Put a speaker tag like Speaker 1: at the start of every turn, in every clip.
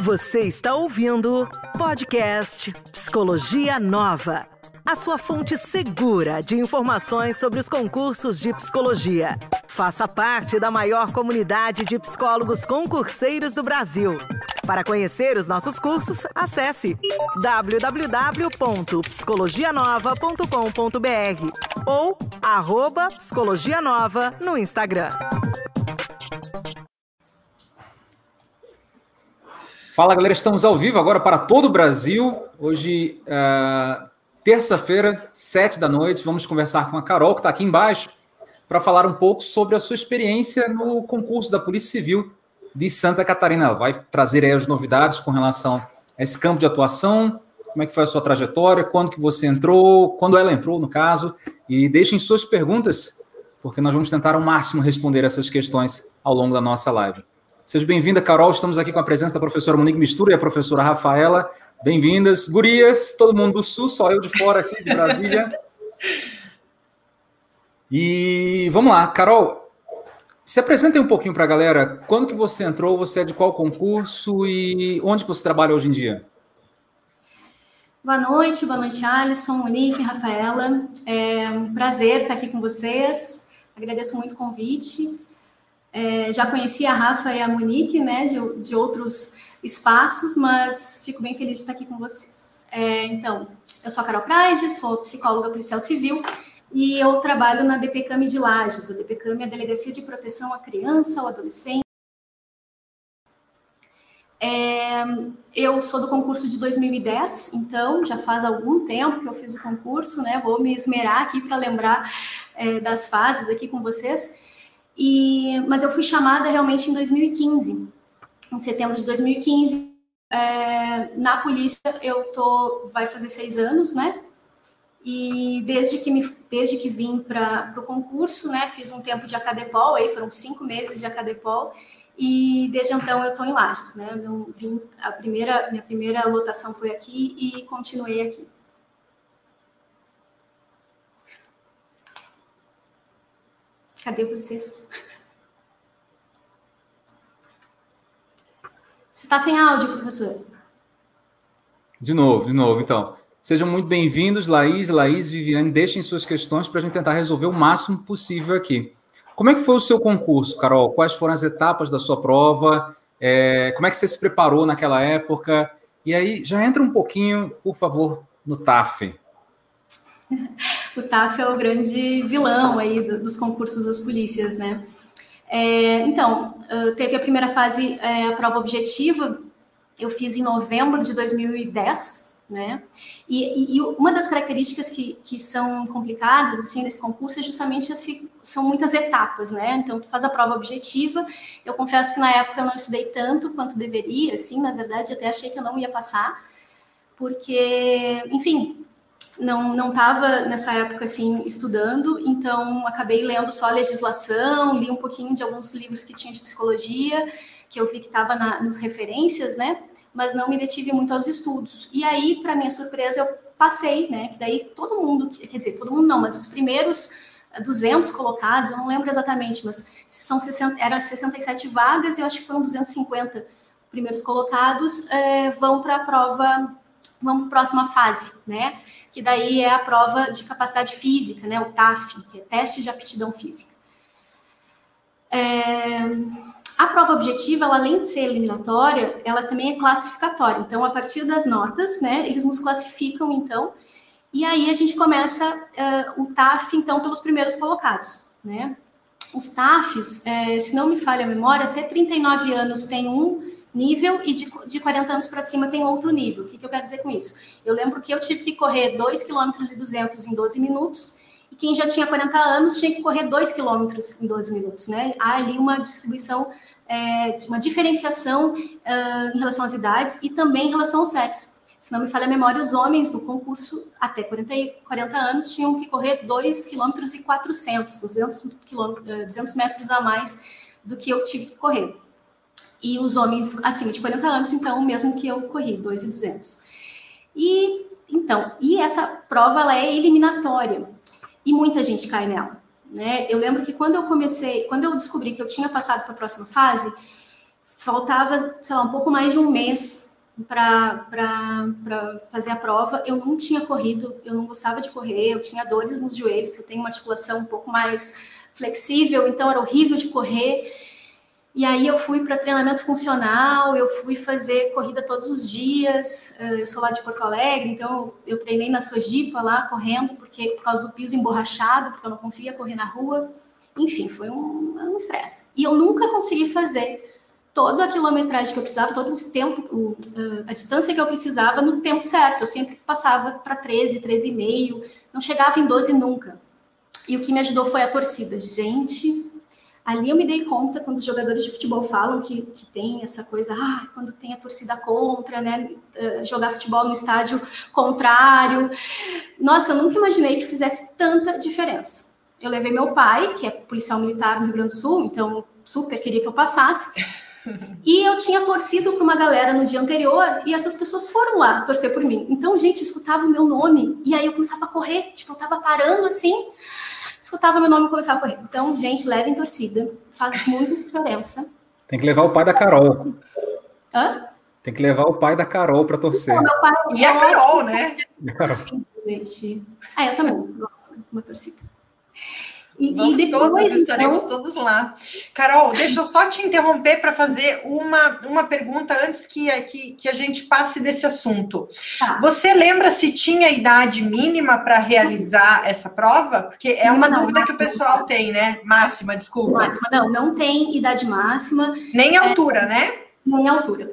Speaker 1: Você está ouvindo podcast Psicologia Nova, a sua fonte segura de informações sobre os concursos de psicologia. Faça parte da maior comunidade de psicólogos concurseiros do Brasil. Para conhecer os nossos cursos, acesse www.psicologianova.com.br ou @psicologianova no Instagram.
Speaker 2: Fala, galera, estamos ao vivo agora para todo o Brasil. Hoje, terça-feira, 19h, vamos conversar com a Carol, que está aqui embaixo, para falar um pouco sobre a sua experiência no concurso da Polícia Civil de Santa Catarina. Ela vai trazer aí as novidades com relação a esse campo de atuação, como é que foi a sua trajetória, quando que você entrou, quando ela entrou, no caso, e deixem suas perguntas, porque nós vamos tentar ao máximo responder essas questões ao longo da nossa live. Seja bem-vinda, Carol. Estamos aqui com a presença da professora Monique Mistura e a professora Rafaela. Bem-vindas. Gurias, todo mundo do Sul, só eu de fora aqui, de Brasília. E vamos lá, Carol, se apresentem um pouquinho para a galera. Quando que você entrou, você é de qual concurso e onde você trabalha hoje em dia?
Speaker 3: Boa noite, Alisson, Monique, Rafaela. É um prazer estar aqui com vocês. Agradeço muito o convite. Já conheci a Rafa e a Monique, né, de outros espaços, mas fico bem feliz de estar aqui com vocês. Então, eu sou a Carol Praide, sou psicóloga policial civil e eu trabalho na DPCAM de Lages. A DPCAM é a Delegacia de Proteção à Criança, ao Adolescente. Eu sou do concurso de 2010, então já faz algum tempo que eu fiz o concurso, né, vou me esmerar aqui para lembrar das fases aqui com vocês. Mas eu fui chamada realmente em 2015, em setembro de 2015. Na polícia vai fazer 6 anos, né? E desde que vim para o concurso, né? Fiz um tempo de Acadepol, aí foram 5 meses de Acadepol, e desde então eu estou em Lages, né? Minha primeira lotação foi aqui e continuei aqui. Cadê vocês? Você está sem áudio, professor?
Speaker 2: De novo, então. Sejam muito bem-vindos, Laís, Viviane. Deixem suas questões para a gente tentar resolver o máximo possível aqui. Como é que foi o seu concurso, Carol? Quais foram as etapas da sua prova? Como é que você se preparou naquela época? E aí, já entra um pouquinho, por favor, no TAF.
Speaker 3: O TAF é o grande vilão aí dos concursos das polícias, né? Então, teve a primeira fase, a prova objetiva, eu fiz em novembro de 2010, né? E uma das características que são complicadas, assim, nesse concurso é justamente são muitas etapas, né? Então, tu faz a prova objetiva, eu confesso que na época eu não estudei tanto quanto deveria, assim, na verdade, até achei que eu não ia passar, porque, enfim, não estava nessa época assim estudando, então acabei lendo só a legislação, li um pouquinho de alguns livros que tinha de psicologia, que eu vi que estava nas referências, né? Mas não me detive muito aos estudos. E aí, para minha surpresa, eu passei, né? Que daí todo mundo, quer dizer, todo mundo não, mas os primeiros 200 colocados, eu não lembro exatamente, mas eram 67 vagas e eu acho que foram 250 primeiros colocados, vão para a prova, vão para a próxima fase, né? Que daí é a prova de capacidade física, né, o TAF, que é Teste de Aptidão Física. A prova objetiva, ela, além de ser eliminatória, ela também é classificatória. Então, a partir das notas, né, eles nos classificam, então, e aí a gente começa o TAF, então, pelos primeiros colocados, né. Os TAFs, se não me falha a memória, até 39 anos tem um nível e de 40 anos para cima tem outro nível. O que eu quero dizer com isso? Eu lembro que eu tive que correr 2,2 km em 12 minutos e quem já tinha 40 anos tinha que correr 2 km em 12 minutos, né? Há ali uma distribuição, uma diferenciação em relação às idades e também em relação ao sexo. Se não me falha a memória, os homens no concurso até 40 anos tinham que correr 2,4 km, 200 metros a mais do que eu tive que correr. E os homens acima de 40 anos, então, mesmo que eu corri, 2,200. E essa prova, ela é eliminatória. E muita gente cai nela, né? Eu lembro que quando eu descobri que eu tinha passado para a próxima fase, faltava, sei lá, um pouco mais de um mês para fazer a prova. Eu não tinha corrido, eu não gostava de correr, eu tinha dores nos joelhos, que eu tenho uma articulação um pouco mais flexível, então era horrível de correr. E aí eu fui para treinamento funcional, eu fui fazer corrida todos os dias. Eu sou lá de Porto Alegre, então eu treinei na Sojipa lá, correndo, por causa do piso emborrachado, porque eu não conseguia correr na rua. Enfim, foi um estresse. E eu nunca consegui fazer toda a quilometragem que eu precisava, todo esse tempo, a distância que eu precisava no tempo certo. Eu sempre passava para 13, 13,5, não chegava em 12 nunca. E o que me ajudou foi a torcida. Gente, ali eu me dei conta, quando os jogadores de futebol falam que tem essa coisa, quando tem a torcida contra, né, jogar futebol no estádio contrário. Nossa, eu nunca imaginei que fizesse tanta diferença. Eu levei meu pai, que é policial militar no Rio Grande do Sul, então super queria que eu passasse. E eu tinha torcido para uma galera no dia anterior e essas pessoas foram lá torcer por mim. Então, gente, eu escutava o meu nome e aí eu começava a correr. Tipo, eu tava parando assim, escutava meu nome e começava a correr. Então, gente, levem torcida. Faz muita diferença.
Speaker 2: Tem que levar o pai da Carol.
Speaker 3: Hã?
Speaker 2: Tem que levar o pai da Carol para torcer.
Speaker 3: Então, meu pai
Speaker 4: e a Carol, né?
Speaker 3: Sim, gente. Eu também gosto uma torcida.
Speaker 4: E depois, estaremos todos lá. Carol, deixa eu só te interromper para fazer uma pergunta antes que a gente passe desse assunto.
Speaker 3: Tá.
Speaker 4: Você lembra se tinha idade mínima para realizar essa prova? Porque é uma dúvida que o pessoal tem, né? Máxima, desculpa.
Speaker 3: Máxima, não tem idade máxima.
Speaker 4: Nem altura, né?
Speaker 3: Nem altura.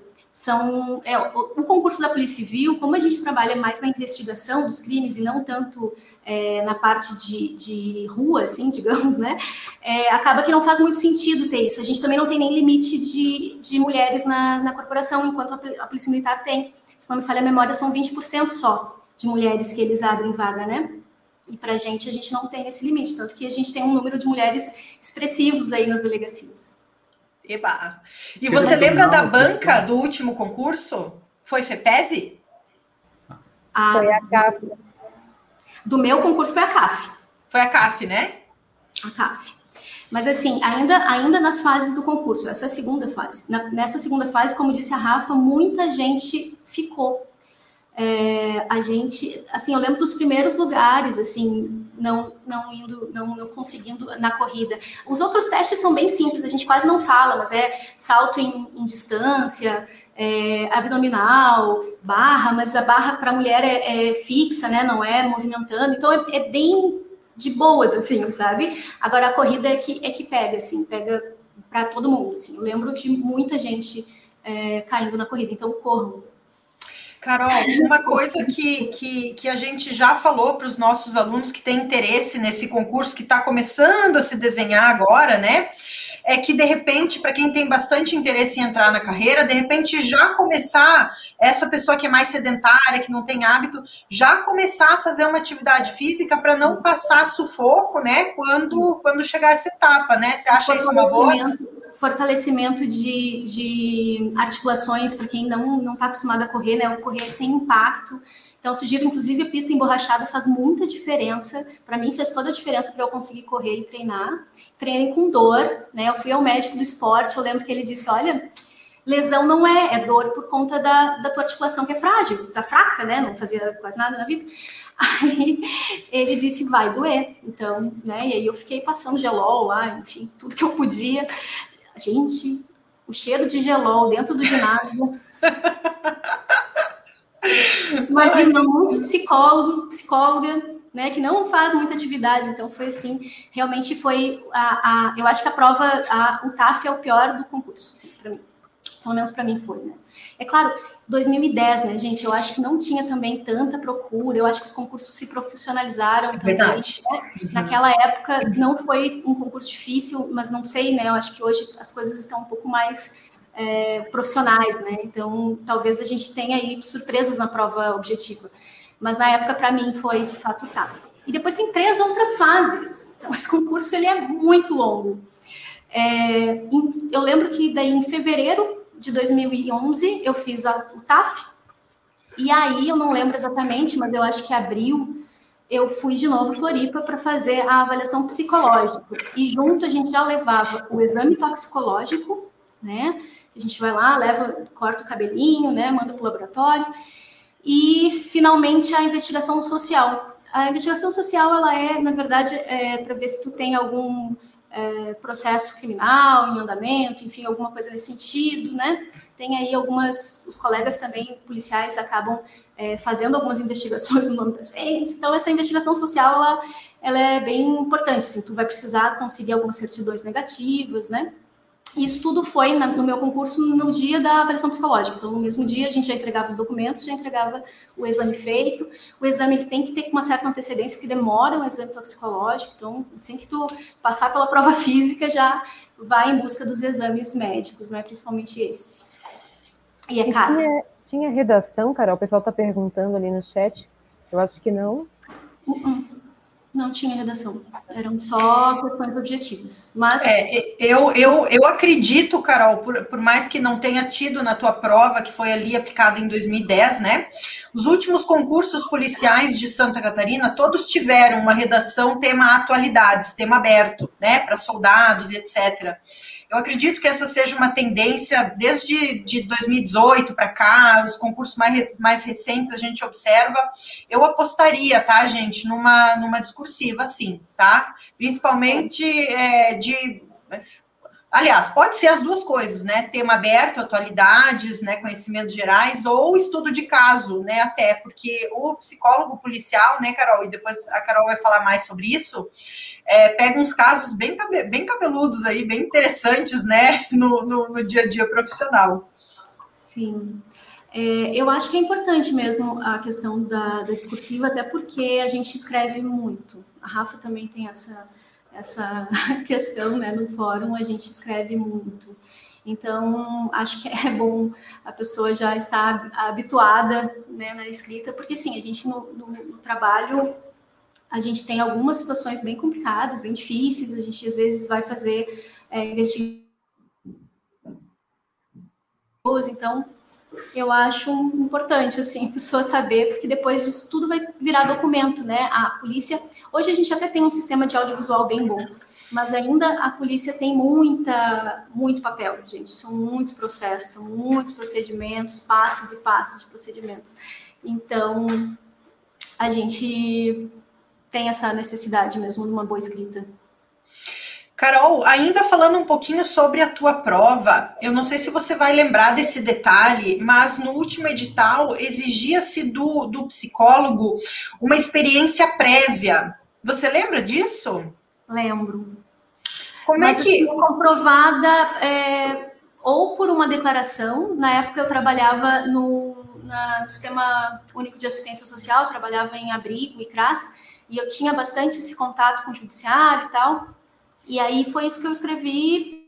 Speaker 3: O concurso da Polícia Civil, como a gente trabalha mais na investigação dos crimes e não tanto na parte de rua, assim, digamos, né? Acaba que não faz muito sentido ter isso. A gente também não tem nem limite de mulheres na corporação, enquanto a Polícia Militar tem. Se não me falha a memória, são 20% só de mulheres que eles abrem vaga, né? E pra gente não tem esse limite, tanto que a gente tem um número de mulheres expressivos aí nas delegacias.
Speaker 4: Eba. E você lembra da banca do último concurso? Foi FEPESE?
Speaker 5: Foi a CAF.
Speaker 3: Do meu concurso foi a CAF.
Speaker 4: Foi a CAF, né?
Speaker 3: A CAF. Mas assim, ainda nas fases do concurso, essa é a segunda fase. Nessa segunda fase, como disse a Rafa, muita gente ficou. A gente, assim, eu lembro dos primeiros lugares, assim, não conseguindo na corrida. Os outros testes são bem simples, a gente quase não fala, mas salto em distância, abdominal, barra, mas a barra para mulher é fixa, né? Não é movimentando, então é bem de boas, assim, sabe? Agora a corrida é que pega, assim, pega para todo mundo, assim. Eu lembro de muita gente caindo na corrida, então corram.
Speaker 4: Carol, uma coisa que a gente já falou para os nossos alunos que têm interesse nesse concurso, que está começando a se desenhar agora, né? É que, de repente, para quem tem bastante interesse em entrar na carreira, de repente já começar, essa pessoa que é mais sedentária, que não tem hábito, já começar a fazer uma atividade física para não passar sufoco, né? Quando chegar essa etapa, né? Você acha isso uma boa?
Speaker 3: Fortalecimento de articulações, para quem não está acostumado a correr, né? O correr tem impacto. Então, sugiro, inclusive, a pista emborrachada faz muita diferença. Para mim, fez toda a diferença para eu conseguir correr e treinar. Treinei com dor, né? Eu fui ao médico do esporte, eu lembro que ele disse, olha, lesão não é dor por conta da tua articulação que é frágil, tá fraca, né? Não fazia quase nada na vida. Aí ele disse, vai doer. Então, né? E aí eu fiquei passando gelol lá, enfim, tudo que eu podia. Gente, o cheiro de gelol dentro do ginásio. Imagina um monte de psicóloga, né, que não faz muita atividade, então foi assim, realmente foi eu acho que a prova, o TAF é o pior do concurso, assim, para mim, pelo menos para mim foi, né. É claro, 2010, né, gente, eu acho que não tinha também tanta procura, eu acho que os concursos se profissionalizaram também, né? Naquela época não foi um concurso difícil, mas não sei, né, eu acho que hoje as coisas estão um pouco mais profissionais, né? Então, talvez a gente tenha aí surpresas na prova objetiva. Mas na época, para mim, foi de fato o TAF. E depois tem 3 outras fases. Então, esse concurso ele é muito longo. Eu lembro que daí em fevereiro de 2011 eu fiz o TAF. E aí, eu não lembro exatamente, mas eu acho que abril eu fui de novo a Floripa para fazer a avaliação psicológica. E junto a gente já levava o exame toxicológico, né? A gente vai lá, corta o cabelinho, né, manda para o laboratório. E, finalmente, a investigação social. A investigação social, ela na verdade, para ver se tu tem algum processo criminal em andamento, enfim, alguma coisa nesse sentido, né? Tem aí os colegas também policiais acabam fazendo algumas investigações no nome da gente. Então, essa investigação social, ela é bem importante, assim, tu vai precisar conseguir algumas certidões negativas, né? Isso tudo foi no meu concurso no dia da avaliação psicológica. Então, no mesmo dia, a gente já entregava os documentos, já entregava o exame feito. O exame ele tem que ter uma certa antecedência, porque demora um exame toxicológico. Então, assim que tu passar pela prova física, já vai em busca dos exames médicos, né? Principalmente esse. E é caro.
Speaker 5: Tinha redação, Carol? O pessoal está perguntando ali no chat. Eu acho que não.
Speaker 3: Não tinha redação, eram só questões objetivas. Mas
Speaker 4: eu acredito, Carol, por mais que não tenha tido na tua prova, que foi ali aplicada em 2010, né? Os últimos concursos policiais de Santa Catarina, todos tiveram uma redação tema atualidades, tema aberto, né? Para soldados e etc. Eu acredito que essa seja uma tendência desde 2018 para cá, os concursos mais recentes a gente observa. Eu apostaria, tá, gente, numa discursiva, sim, tá? Principalmente aliás, pode ser as duas coisas, né? Tema aberto, atualidades, né? Conhecimentos gerais, ou estudo de caso, né? Até, porque o psicólogo policial, né, Carol? E depois a Carol vai falar mais sobre isso. Pega uns casos bem cabeludos aí, bem interessantes, né? No dia a dia profissional.
Speaker 3: Sim. Eu acho que é importante mesmo a questão da discursiva, até porque a gente escreve muito. A Rafa também tem essa questão, né, no fórum, a gente escreve muito. Então, acho que é bom a pessoa já estar habituada, né, na escrita, porque, sim, a gente no trabalho, a gente tem algumas situações bem complicadas, bem difíceis, a gente, às vezes, vai fazer investigações, então, eu acho importante, assim, a pessoa saber, porque depois disso tudo vai virar documento, né, a polícia... Hoje a gente até tem um sistema de audiovisual bem bom, mas ainda a polícia tem muito papel, gente. São muitos processos, são muitos procedimentos, pastas e pastas de procedimentos. Então, a gente tem essa necessidade mesmo de uma boa escrita.
Speaker 4: Carol, ainda falando um pouquinho sobre a tua prova, eu não sei se você vai lembrar desse detalhe, mas no último edital exigia-se do psicólogo uma experiência prévia. Você lembra disso?
Speaker 3: Lembro.
Speaker 4: Mas
Speaker 3: assim, comprovada ou por uma declaração. Na época eu trabalhava no Sistema Único de Assistência Social, trabalhava em abrigo e CRAS, e eu tinha bastante esse contato com o judiciário e tal. E aí foi isso que eu escrevi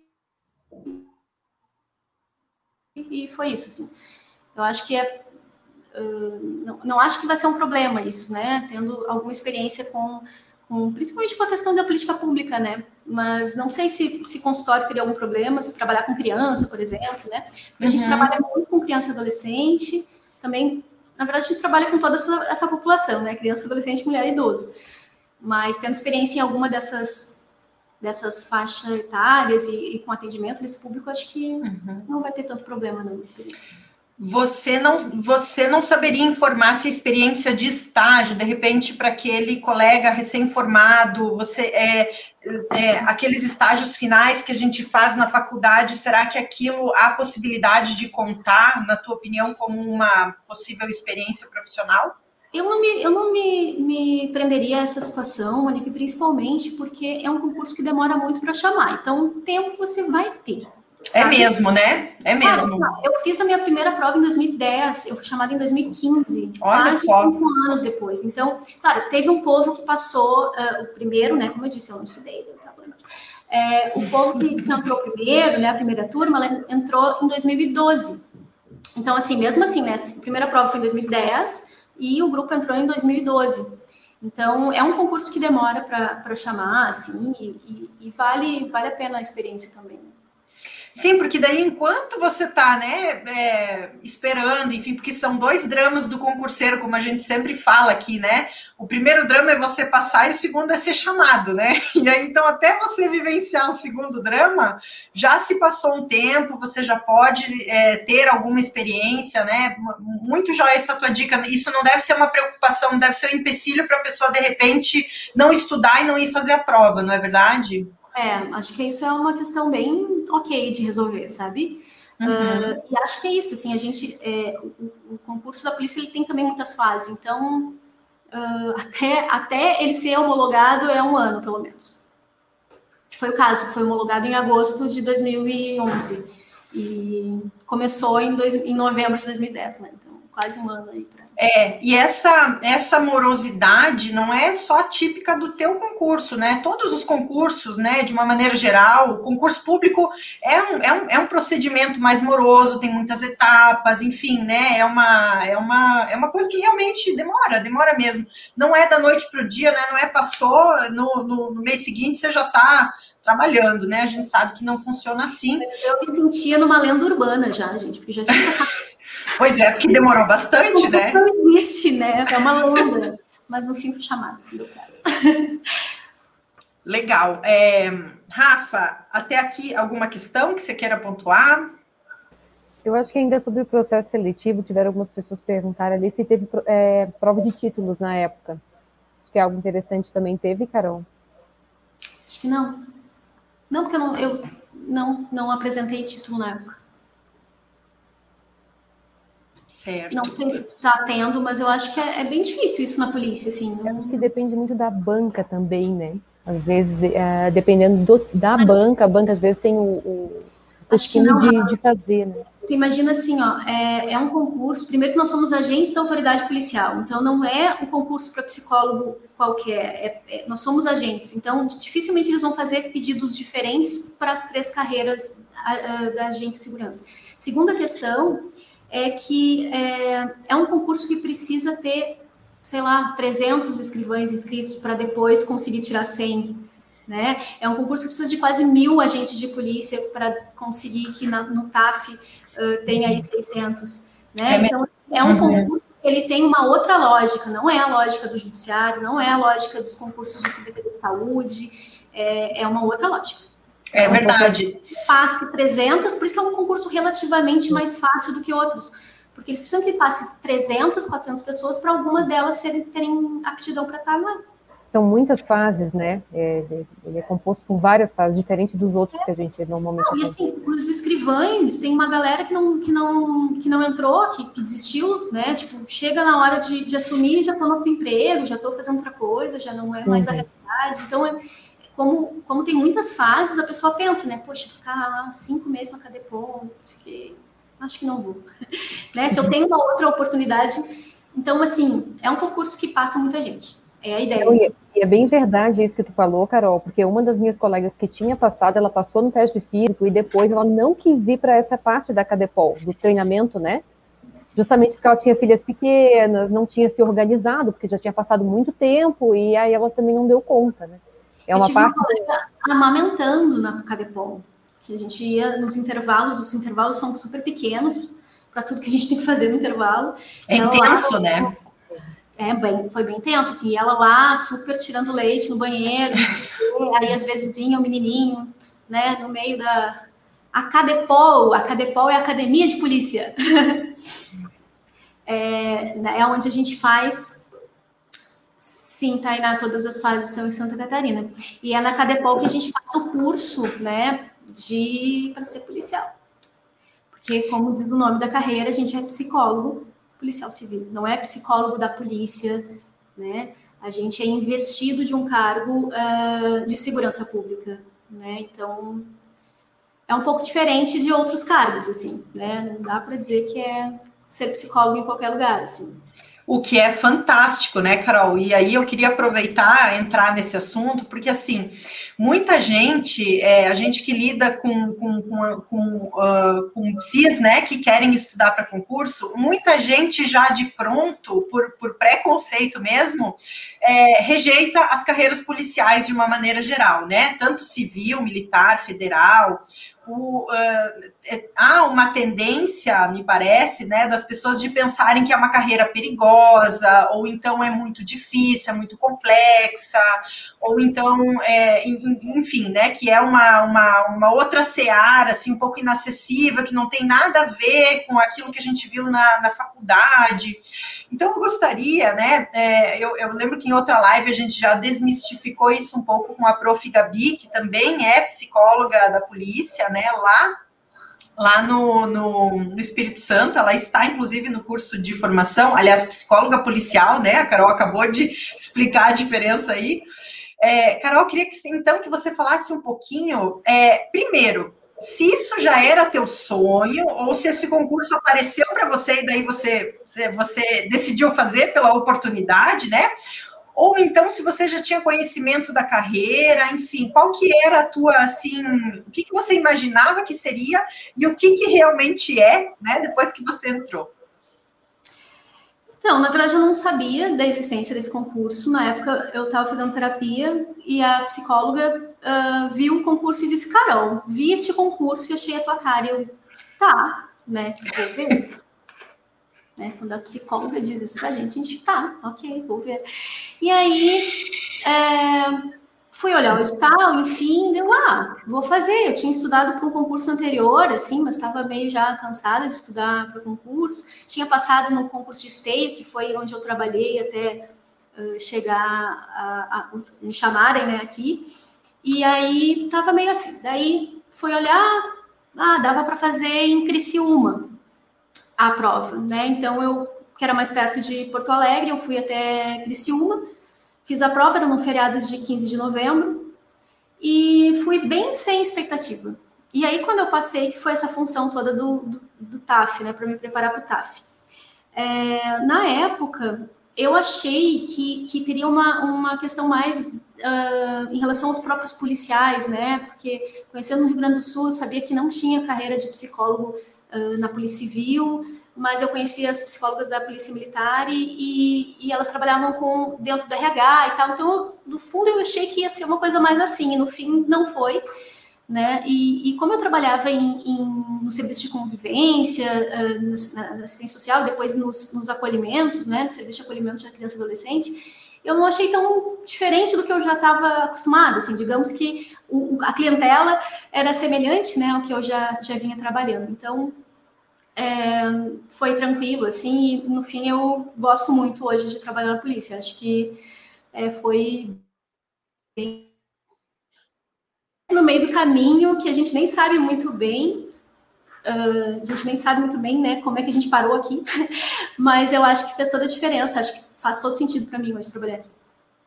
Speaker 3: e foi isso, assim. Eu acho que não acho que vai ser um problema isso, né? Tendo alguma experiência principalmente com a questão da política pública, né? Mas não sei se consultório teria algum problema, se trabalhar com criança, por exemplo, né? A gente trabalha muito com criança e adolescente, também, na verdade, a gente trabalha com toda essa população, né? Criança, adolescente, mulher e idoso. Mas tendo experiência em alguma dessas faixas etárias e com atendimento desse público, acho que não vai ter tanto problema na experiência.
Speaker 4: Você não saberia informar se a experiência de estágio, de repente, para aquele colega recém-formado, aqueles estágios finais que a gente faz na faculdade, será que aquilo há possibilidade de contar, na tua opinião, como uma possível experiência profissional?
Speaker 3: Eu não me prenderia a essa situação, Monique, principalmente porque é um concurso que demora muito para chamar. Então, tempo você vai ter. Sabe?
Speaker 4: É mesmo, né? É mesmo.
Speaker 3: Eu fiz a minha primeira prova em 2010, eu fui chamada em 2015.
Speaker 4: Olha
Speaker 3: quase
Speaker 4: só.
Speaker 3: 5 anos depois. Então, claro, teve um povo que passou o primeiro, né? Como eu disse, eu não estudei. O povo que entrou primeiro, né? A primeira turma, ela entrou em 2012. Então, assim, mesmo assim, né? A primeira prova foi em 2010 e o grupo entrou em 2012. Então, é um concurso que demora para chamar, assim, e vale a pena a experiência também.
Speaker 4: Sim, porque daí enquanto você está, né, esperando, enfim, porque são 2 dramas do concurseiro, como a gente sempre fala aqui, né? O primeiro drama é você passar e o segundo é ser chamado, né? E aí, então, até você vivenciar o segundo drama, já se passou um tempo, você já pode ter alguma experiência, né? Muito jóia essa tua dica. Isso não deve ser uma preocupação, não deve ser um empecilho para a pessoa, de repente, não estudar e não ir fazer a prova, não é verdade?
Speaker 3: Acho que isso é uma questão bem ok de resolver, sabe? E acho que é isso, assim, a gente, o concurso da polícia, ele tem também muitas fases, então, até ele ser homologado é 1 ano, pelo menos. Que foi o caso, foi homologado em agosto de 2011, e começou em novembro de 2010, né? Então, quase 1 ano aí para...
Speaker 4: E essa morosidade não é só típica do teu concurso, né? Todos os concursos, né, de uma maneira geral, o concurso público é um procedimento mais moroso, tem muitas etapas, enfim, né? É uma coisa que realmente demora mesmo. Não é da noite para o dia, né? Não é passou, no mês seguinte você já está trabalhando, né? A gente sabe que não funciona assim.
Speaker 3: Mas eu me sentia numa lenda urbana já, gente, porque já tinha passado.
Speaker 4: Pois é, porque demorou bastante, né?
Speaker 3: Não existe, né? É uma lenda. Mas no fim foi chamada, assim, deu certo.
Speaker 4: Legal. Rafa, até aqui alguma questão que você queira pontuar?
Speaker 5: Eu acho que ainda sobre o processo seletivo, tiveram algumas pessoas perguntarem ali se teve prova de títulos na época. Acho que é algo interessante também. Teve, Carol?
Speaker 3: Acho que não. Não, porque eu não apresentei título na época.
Speaker 4: Certo.
Speaker 3: Não sei se está tendo, mas eu acho que é bem difícil isso na polícia, assim.
Speaker 5: Eu acho que depende muito da banca também, né? Às vezes, dependendo da banca, a banca às vezes tem o costume de fazer, né?
Speaker 3: Tu imagina assim, ó, é um concurso, primeiro que nós somos agentes da autoridade policial, então não é um concurso para psicólogo qualquer, nós somos agentes, então dificilmente eles vão fazer pedidos diferentes para as 3 carreiras da agente de segurança. Segunda questão é que é um concurso que precisa ter, sei lá, 300 escrivães inscritos para depois conseguir tirar 100, né? É um concurso que precisa de quase 1.000 agentes de polícia para conseguir que no TAF tenha aí 600, né? Então, é um concurso que ele tem uma outra lógica, não é a lógica do judiciário, não é a lógica dos concursos de Secretaria de Saúde, é uma outra lógica.
Speaker 4: É verdade.
Speaker 3: Passe 300, por isso que é um concurso relativamente mais fácil do que outros, porque eles precisam que passe 300, 400 pessoas para algumas delas terem aptidão para estar lá.
Speaker 5: São muitas fases, né? Ele é composto por várias fases, diferente dos outros que a gente normalmente...
Speaker 3: Não, e assim, os escrivães, tem uma galera que não entrou, que desistiu, né? Tipo, chega na hora de assumir, já estou no outro emprego, já estou fazendo outra coisa, já não é mais a realidade. Então, como tem muitas fases, a pessoa pensa, né? Poxa, ficar 5 meses na Cadepol, acho que não vou. Né? Se eu tenho uma outra oportunidade... Então, assim, é um concurso que passa muita gente. É a ideia.
Speaker 5: E é bem verdade isso que tu falou, Carol, porque uma das minhas colegas que tinha passado, ela passou no teste físico e depois ela não quis ir para essa parte da Cadepol, do treinamento, né? Justamente porque ela tinha filhas pequenas, não tinha se organizado, porque já tinha passado muito tempo e aí ela também não deu conta, né?
Speaker 3: É uma parte... uma colega amamentando na Cadepol, que a gente ia nos intervalos, os intervalos são super pequenos para tudo que a gente tem que fazer no intervalo.
Speaker 4: É intenso, né?
Speaker 3: Foi bem tenso, assim, e ela lá super tirando leite no banheiro, aí às vezes vinha o menininho, né, no meio a Cadepol é a Academia de Polícia, é onde a gente faz, sim, Tainá, todas as fases são em Santa Catarina, e é na Cadepol que a gente faz o curso, né, para ser policial, porque como diz o nome da carreira, a gente é psicólogo, policial civil, não é psicólogo da polícia, né? A gente é investido de um cargo de segurança pública, né? Então, é um pouco diferente de outros cargos, assim, né? Não dá para dizer que é ser psicólogo em qualquer lugar, assim.
Speaker 4: O que é fantástico, né, Carol? E aí eu queria aproveitar, entrar nesse assunto, porque, assim, muita gente, a gente que lida com psis, né, que querem estudar para concurso, muita gente já de pronto, por preconceito mesmo, rejeita as carreiras policiais de uma maneira geral, né? Tanto civil, militar, federal, há uma tendência, me parece, né, das pessoas de pensarem que é uma carreira perigosa, ou então é muito difícil, é muito complexa, ou então, enfim, né, que é uma outra seara, assim, um pouco inacessível, que não tem nada a ver com aquilo que a gente viu na faculdade. Então, eu gostaria, né, eu lembro que em outra live a gente já desmistificou isso um pouco com a Prof. Gabi, que também é psicóloga da polícia, né, lá no Espírito Santo. Ela está, inclusive, no curso de formação, aliás, psicóloga policial, né, a Carol acabou de explicar a diferença aí. Carol, eu queria então que você falasse um pouquinho, primeiro, se isso já era teu sonho, ou se esse concurso apareceu para você e daí você decidiu fazer pela oportunidade, né? Ou então, se você já tinha conhecimento da carreira, enfim, qual que era a tua, assim, o que você imaginava que seria e o que realmente é, né, depois que você entrou?
Speaker 3: Então, na verdade, eu não sabia da existência desse concurso. Na época, eu estava fazendo terapia e a psicóloga viu o concurso e disse, Carol, vi este concurso e achei a tua cara. E eu, tá, né, vou ver. Né, quando a psicóloga diz isso pra gente, a gente, tá, ok, vou ver. E aí, fui olhar o edital, enfim, deu, vou fazer. Eu tinha estudado para um concurso anterior, assim, mas estava meio já cansada de estudar para o concurso. Tinha passado no concurso de esteio, que foi onde eu trabalhei até chegar a me chamarem, né, aqui. E aí, estava meio assim. Daí, fui olhar, dava para fazer em Criciúma a prova, né? Então, que era mais perto de Porto Alegre, eu fui até Criciúma, fiz a prova, era no feriado de 15 de novembro, e fui bem sem expectativa. E aí, quando eu passei, que foi essa função toda do TAF, né, para me preparar para o TAF. Na época, eu achei que teria uma questão mais em relação aos próprios policiais, né, porque conhecendo no Rio Grande do Sul, eu sabia que não tinha carreira de psicólogo na Polícia Civil, mas eu conhecia as psicólogas da Polícia Militar e elas trabalhavam dentro do RH e tal, então, no fundo, eu achei que ia ser uma coisa mais assim, e no fim, não foi, né, e como eu trabalhava no serviço de convivência, na assistência social, depois nos acolhimentos, né, no serviço de acolhimento de criança e adolescente, eu não achei tão diferente do que eu já estava acostumada, assim, digamos que a clientela era semelhante, né, ao que eu já vinha trabalhando, então, foi tranquilo, assim, e no fim eu gosto muito hoje de trabalhar na polícia. Acho que foi bem no meio do caminho, que a gente nem sabe muito bem, né, como é que a gente parou aqui, mas eu acho que fez toda a diferença, acho que faz todo sentido para mim hoje trabalhar aqui.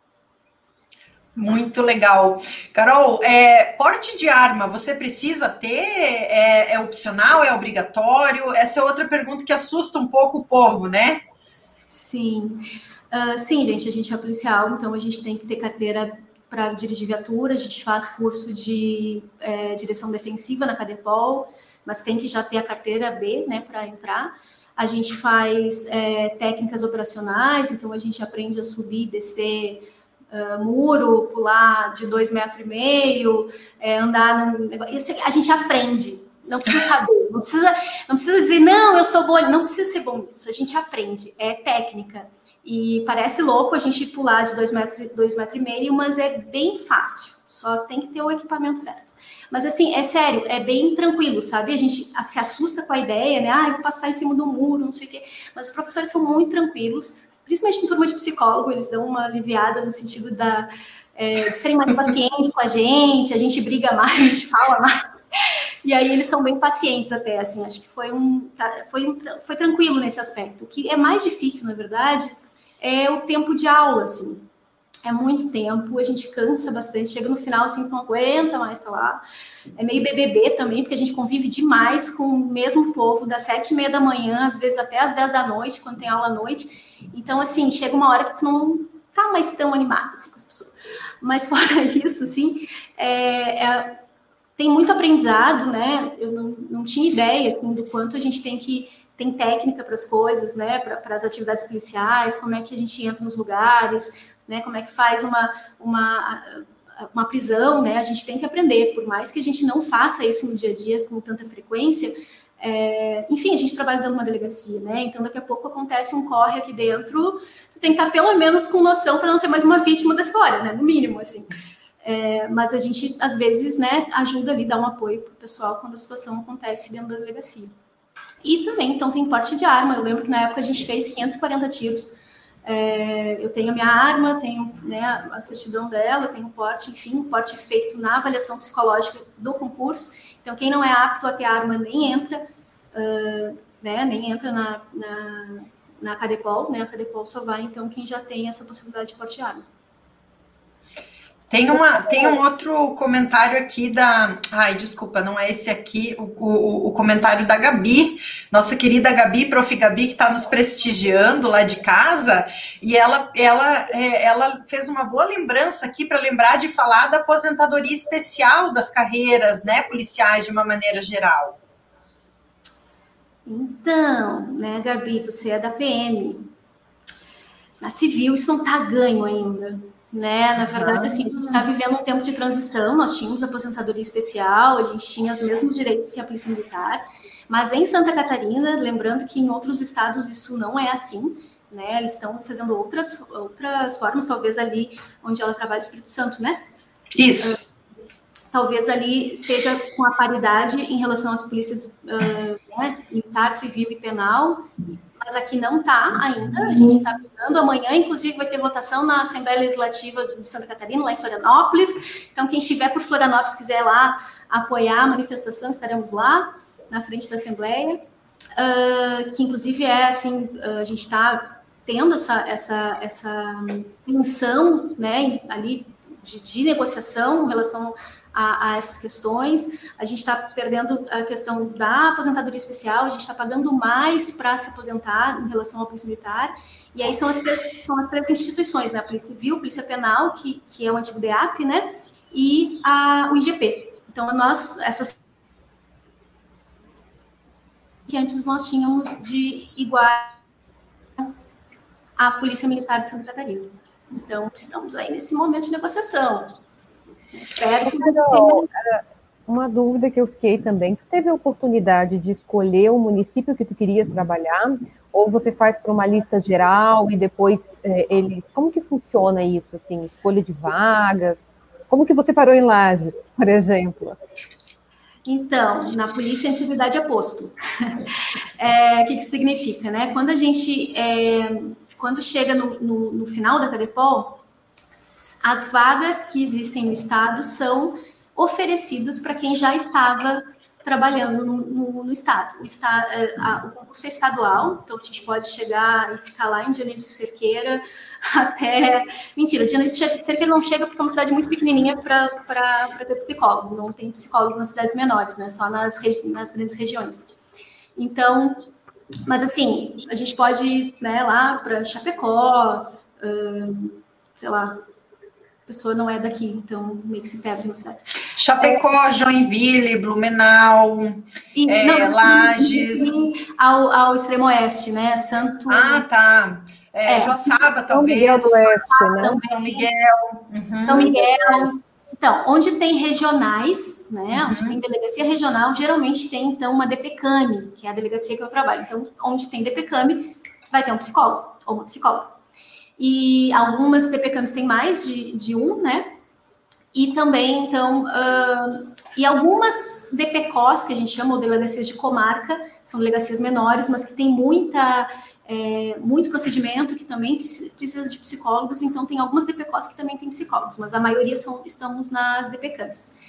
Speaker 4: Muito legal. Carol, porte de arma, você precisa ter? É opcional? É obrigatório? Essa é outra pergunta que assusta um pouco o povo, né?
Speaker 3: Sim. Sim, gente, a gente é policial, então a gente tem que ter carteira para dirigir viatura, a gente faz curso de direção defensiva na Cadepol, mas tem que já ter a carteira B, né, para entrar. A gente faz técnicas operacionais, então a gente aprende a subir e descer muro, pular de 2,5 metros, andar num negócio. Isso a gente aprende, não precisa saber, não precisa dizer, não, eu sou boa, não precisa ser bom nisso, a gente aprende, é técnica. E parece louco a gente pular de 2,5 metros, mas é bem fácil, só tem que ter o equipamento certo. Mas assim, é sério, é bem tranquilo, sabe? A gente se assusta com a ideia, né? Eu vou passar em cima do muro, não sei o quê. Mas os professores são muito tranquilos, principalmente em turma de psicólogo, eles dão uma aliviada no sentido de serem mais pacientes com a gente briga mais, a gente fala mais. E aí eles são bem pacientes até, assim, acho que foi tranquilo nesse aspecto. O que é mais difícil, na verdade, é o tempo de aula, assim. É muito tempo, a gente cansa bastante, chega no final, assim, não aguenta mais, tá lá. É meio BBB também, porque a gente convive demais com o mesmo povo, das 7h30 da manhã, às vezes até às 10 da noite, quando tem aula à noite. Então, assim, chega uma hora que tu não tá mais tão animada, assim, com as pessoas. Mas fora isso, assim, tem muito aprendizado, né? Eu não tinha ideia, assim, do quanto a gente tem técnica para as coisas, né? Para as atividades policiais, como é que a gente entra nos lugares, né? Como é que faz uma prisão, né? A gente tem que aprender, por mais que a gente não faça isso no dia a dia com tanta frequência. Enfim, a gente trabalha dentro de uma delegacia, né? Então, daqui a pouco acontece um corre aqui dentro, tu tem que estar pelo menos com noção para não ser mais uma vítima da história, né? No mínimo, assim. Mas a gente, às vezes, né, ajuda ali, dá um apoio pro pessoal quando a situação acontece dentro da delegacia. E também, então, tem porte de arma. Eu lembro que na época a gente fez 540 tiros. Eu tenho a minha arma, tenho, né, a certidão dela, tenho o porte, enfim, o porte feito na avaliação psicológica do concurso. Então, quem não é apto a ter arma nem entra, né, nem entra na Cadepol, né? A Cadepol só vai, então, quem já tem essa possibilidade de porte de arma.
Speaker 4: Tem um outro comentário aqui Ai, desculpa, não é esse aqui, o comentário da Gabi, nossa querida Gabi, Prof. Gabi, que está nos prestigiando lá de casa, e ela fez uma boa lembrança aqui para lembrar de falar da aposentadoria especial das carreiras, né, policiais de uma maneira geral.
Speaker 3: Então, né, Gabi, você é da PM. Na civil, isso não está ganho ainda. Né? Na verdade, assim, a gente está vivendo um tempo de transição. Nós tínhamos aposentadoria especial, a gente tinha os mesmos direitos que a Polícia Militar, mas em Santa Catarina, lembrando que em outros estados isso não é assim, né? Eles estão fazendo outras formas, talvez ali onde ela trabalha, Espírito Santo, né?
Speaker 4: Isso.
Speaker 3: Talvez ali esteja com a paridade em relação às polícias né, militar, civil e penal. Mas aqui não está ainda, a gente está brigando. Amanhã, inclusive, vai ter votação na Assembleia Legislativa de Santa Catarina, lá em Florianópolis. Então, quem estiver por Florianópolis, quiser lá apoiar a manifestação, estaremos lá, na frente da Assembleia. Que, inclusive, assim, a gente está tendo essa tensão, né, ali de negociação em relação a essas questões. A gente está perdendo a questão da aposentadoria especial, a gente está pagando mais para se aposentar em relação à Polícia Militar, e aí são as três instituições, né? A Polícia Civil, a Polícia Penal, que é o antigo DEAP, né? E o IGP. Então, essas que antes nós tínhamos de igual à Polícia Militar de Santa Catarina. Então, estamos aí nesse momento de negociação. Espero que
Speaker 5: uma dúvida que eu fiquei também, tu teve a oportunidade de escolher o município que tu querias trabalhar, ou você faz para uma lista geral e depois como que funciona isso, assim, escolha de vagas? Como que você parou em Lages, por exemplo?
Speaker 3: Então, na polícia, a antiguidade é posto. O que significa, né? Quando a gente, quando chega no final da Cadepol, as vagas que existem no estado são oferecidas para quem já estava trabalhando no estado. O concurso é estadual, então a gente pode chegar e ficar lá em Dionísio Cerqueira até... Mentira, Dionísio Cerqueira não chega porque é uma cidade muito pequenininha para ter psicólogo. Não tem psicólogo nas cidades menores, né? Só nas grandes regiões. Então, mas assim, a gente pode ir, né, lá para Chapecó, sei lá, a pessoa não é daqui, então meio que se perde na cidade.
Speaker 4: Chapecó, Joinville, Blumenau, Lages.
Speaker 3: Ao extremo oeste, né? Santo...
Speaker 4: Ah, tá. Joaçaba, talvez.
Speaker 5: São Miguel do Oeste, né?
Speaker 4: São Miguel. Uhum.
Speaker 3: São Miguel. Então, onde tem regionais, né? Onde tem delegacia regional, geralmente tem, então, uma DPCAM, que é a delegacia que eu trabalho. Então, onde tem DPCAM, vai ter um psicólogo ou uma psicóloga. E algumas DPCAMs têm mais de um, né? E também, então, e algumas DPCOs, que a gente chama, ou delegacias de comarca, são delegacias menores, mas que tem muito procedimento, que também precisa de psicólogos, então tem algumas DPCOs que também têm psicólogos, mas a maioria estamos nas DPCAMs.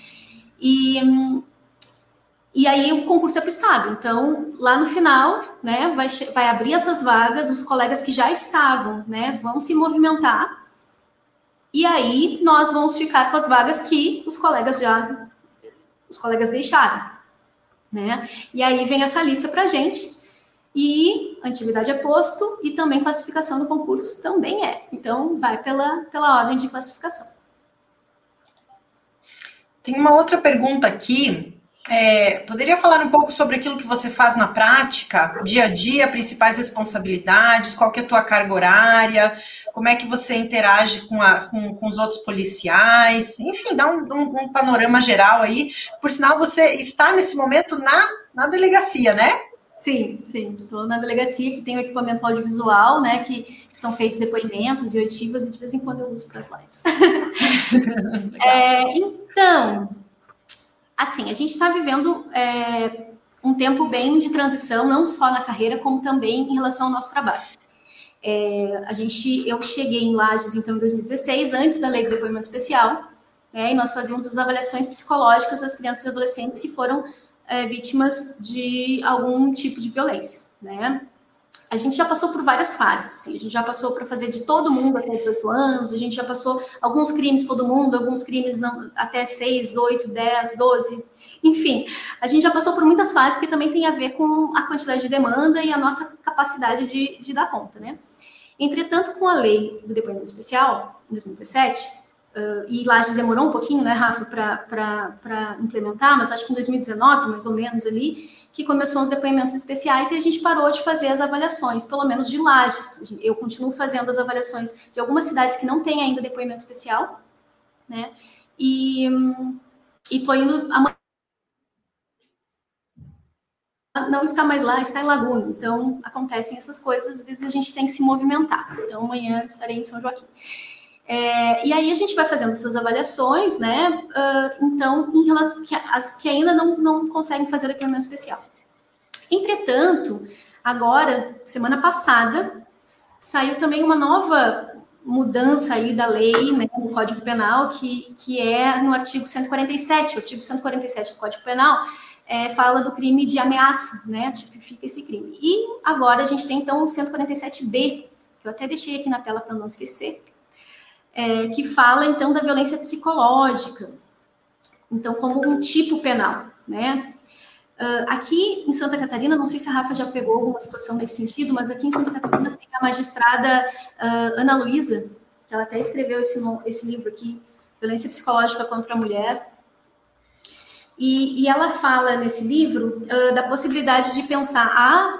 Speaker 3: E aí o concurso é para o estado, então lá no final, né, vai abrir essas vagas, os colegas que já estavam, né, vão se movimentar, e aí nós vamos ficar com as vagas que os colegas deixaram, né, e aí vem essa lista para a gente, e antiguidade é posto, e também classificação do concurso também então vai pela ordem de classificação.
Speaker 4: Tem uma outra pergunta aqui. Poderia falar um pouco sobre aquilo que você faz na prática, dia a dia, principais responsabilidades, qual que é a tua carga horária, como é que você interage com os outros policiais, enfim, dá um panorama geral aí. Por sinal, você está nesse momento na delegacia, né?
Speaker 3: Sim, estou na delegacia, que tem o equipamento audiovisual, né, que são feitos depoimentos e oitivas, e de vez em quando eu uso para as lives. Então, assim, a gente está vivendo um tempo bem de transição, não só na carreira, como também em relação ao nosso trabalho. Eu cheguei em Lages, então, em 2016, antes da lei do depoimento especial, né, e nós fazíamos as avaliações psicológicas das crianças e adolescentes que foram vítimas de algum tipo de violência, né? A gente já passou por várias fases, assim, a gente já passou para fazer de todo mundo até 18 anos, a gente já passou alguns crimes todo mundo, alguns crimes não, até 6, 8, 10, 12, enfim, a gente já passou por muitas fases, porque também tem a ver com a quantidade de demanda e a nossa capacidade de dar conta, né? Entretanto, com a lei do depoimento especial, em 2017, e Lages demorou um pouquinho, né, Rafa, para implementar, mas acho que em 2019, mais ou menos ali, que começou os depoimentos especiais e a gente parou de fazer as avaliações, pelo menos de Lages. Eu continuo fazendo as avaliações de algumas cidades que não têm ainda depoimento especial, né, e estou indo... Não está mais lá, está em Laguna, então acontecem essas coisas, às vezes a gente tem que se movimentar. Então amanhã estarei em São Joaquim. E aí a gente vai fazendo essas avaliações, né? Então, em relação as que ainda não conseguem fazer depoimento especial. Entretanto, agora, semana passada, saiu também uma nova mudança aí da lei, né, no Código Penal, que é no artigo 147. O artigo 147 do Código Penal fala do crime de ameaça, né? Tipifica esse crime. E agora a gente tem, então, o 147B, que eu até deixei aqui na tela para não esquecer, que fala, então, da violência psicológica, então, como um tipo penal, né? Aqui em Santa Catarina, não sei se a Rafa já pegou alguma situação nesse sentido, mas aqui em Santa Catarina tem a magistrada Ana Luísa, que ela até escreveu esse livro aqui, Violência Psicológica contra a Mulher, e ela fala nesse livro da possibilidade de pensar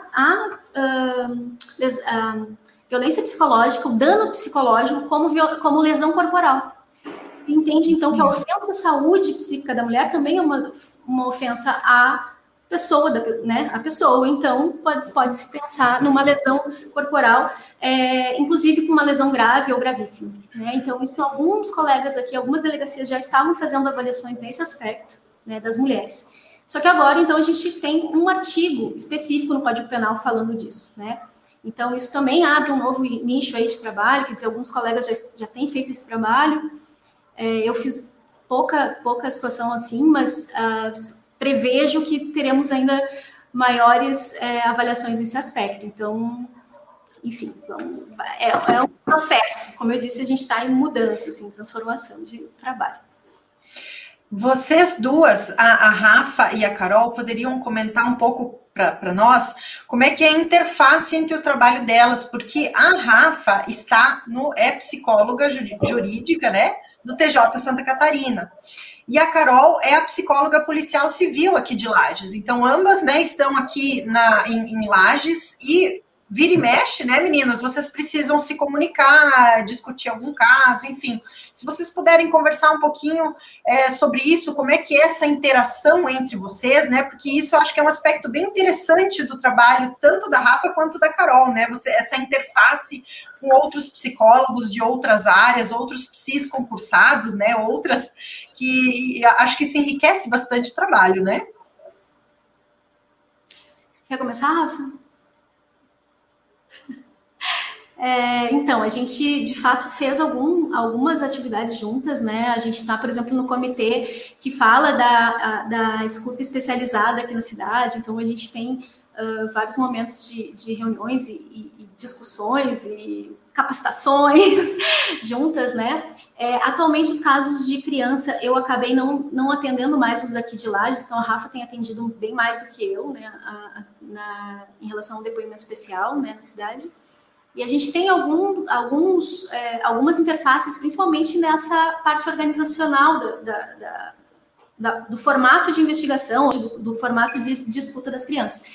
Speaker 3: violência psicológica, o dano psicológico como lesão corporal. Entende, então, que a ofensa à saúde psíquica da mulher também é uma ofensa à pessoa, né? A pessoa, então, pode-se pensar numa lesão corporal, inclusive com uma lesão grave ou gravíssima, né? Então, isso alguns colegas aqui, algumas delegacias já estavam fazendo avaliações nesse aspecto, né, das mulheres. Só que agora, então, a gente tem um artigo específico no Código Penal falando disso, né? Então, isso também abre um novo nicho aí de trabalho, quer dizer, alguns colegas já têm feito esse trabalho. Eu fiz pouca situação assim, mas prevejo que teremos ainda maiores avaliações nesse aspecto. Então, enfim, é um processo. Como eu disse, a gente está em mudança, assim, transformação de trabalho.
Speaker 4: Vocês duas, a Rafa e a Carol, poderiam comentar um pouco para nós como é que é a interface entre o trabalho delas, porque a Rafa é psicóloga jurídica, né, do TJ Santa Catarina, e a Carol é a psicóloga policial civil aqui de Lages. Então, ambas, né, estão aqui em Lages e vira e mexe, né, meninas? Vocês precisam se comunicar, discutir algum caso, enfim. Se vocês puderem conversar um pouquinho sobre isso, como é que é essa interação entre vocês, né? Porque isso eu acho que é um aspecto bem interessante do trabalho, tanto da Rafa quanto da Carol, né? Essa interface com outros psicólogos de outras áreas, outros psis concursados, né? Outras que acho que isso enriquece bastante o trabalho, né?
Speaker 3: Quer começar, Rafa? Então, a gente, de fato, fez algumas atividades juntas, né? A gente está, por exemplo, no comitê que fala da escuta especializada aqui na cidade, então a gente tem vários momentos de reuniões e discussões e capacitações juntas, né? Atualmente, os casos de criança, eu acabei não atendendo mais os daqui de Lages, então a Rafa tem atendido bem mais do que eu, né? Em relação ao depoimento especial, né, na cidade. E a gente tem algumas interfaces, principalmente nessa parte organizacional do formato de investigação, do formato de escuta das crianças.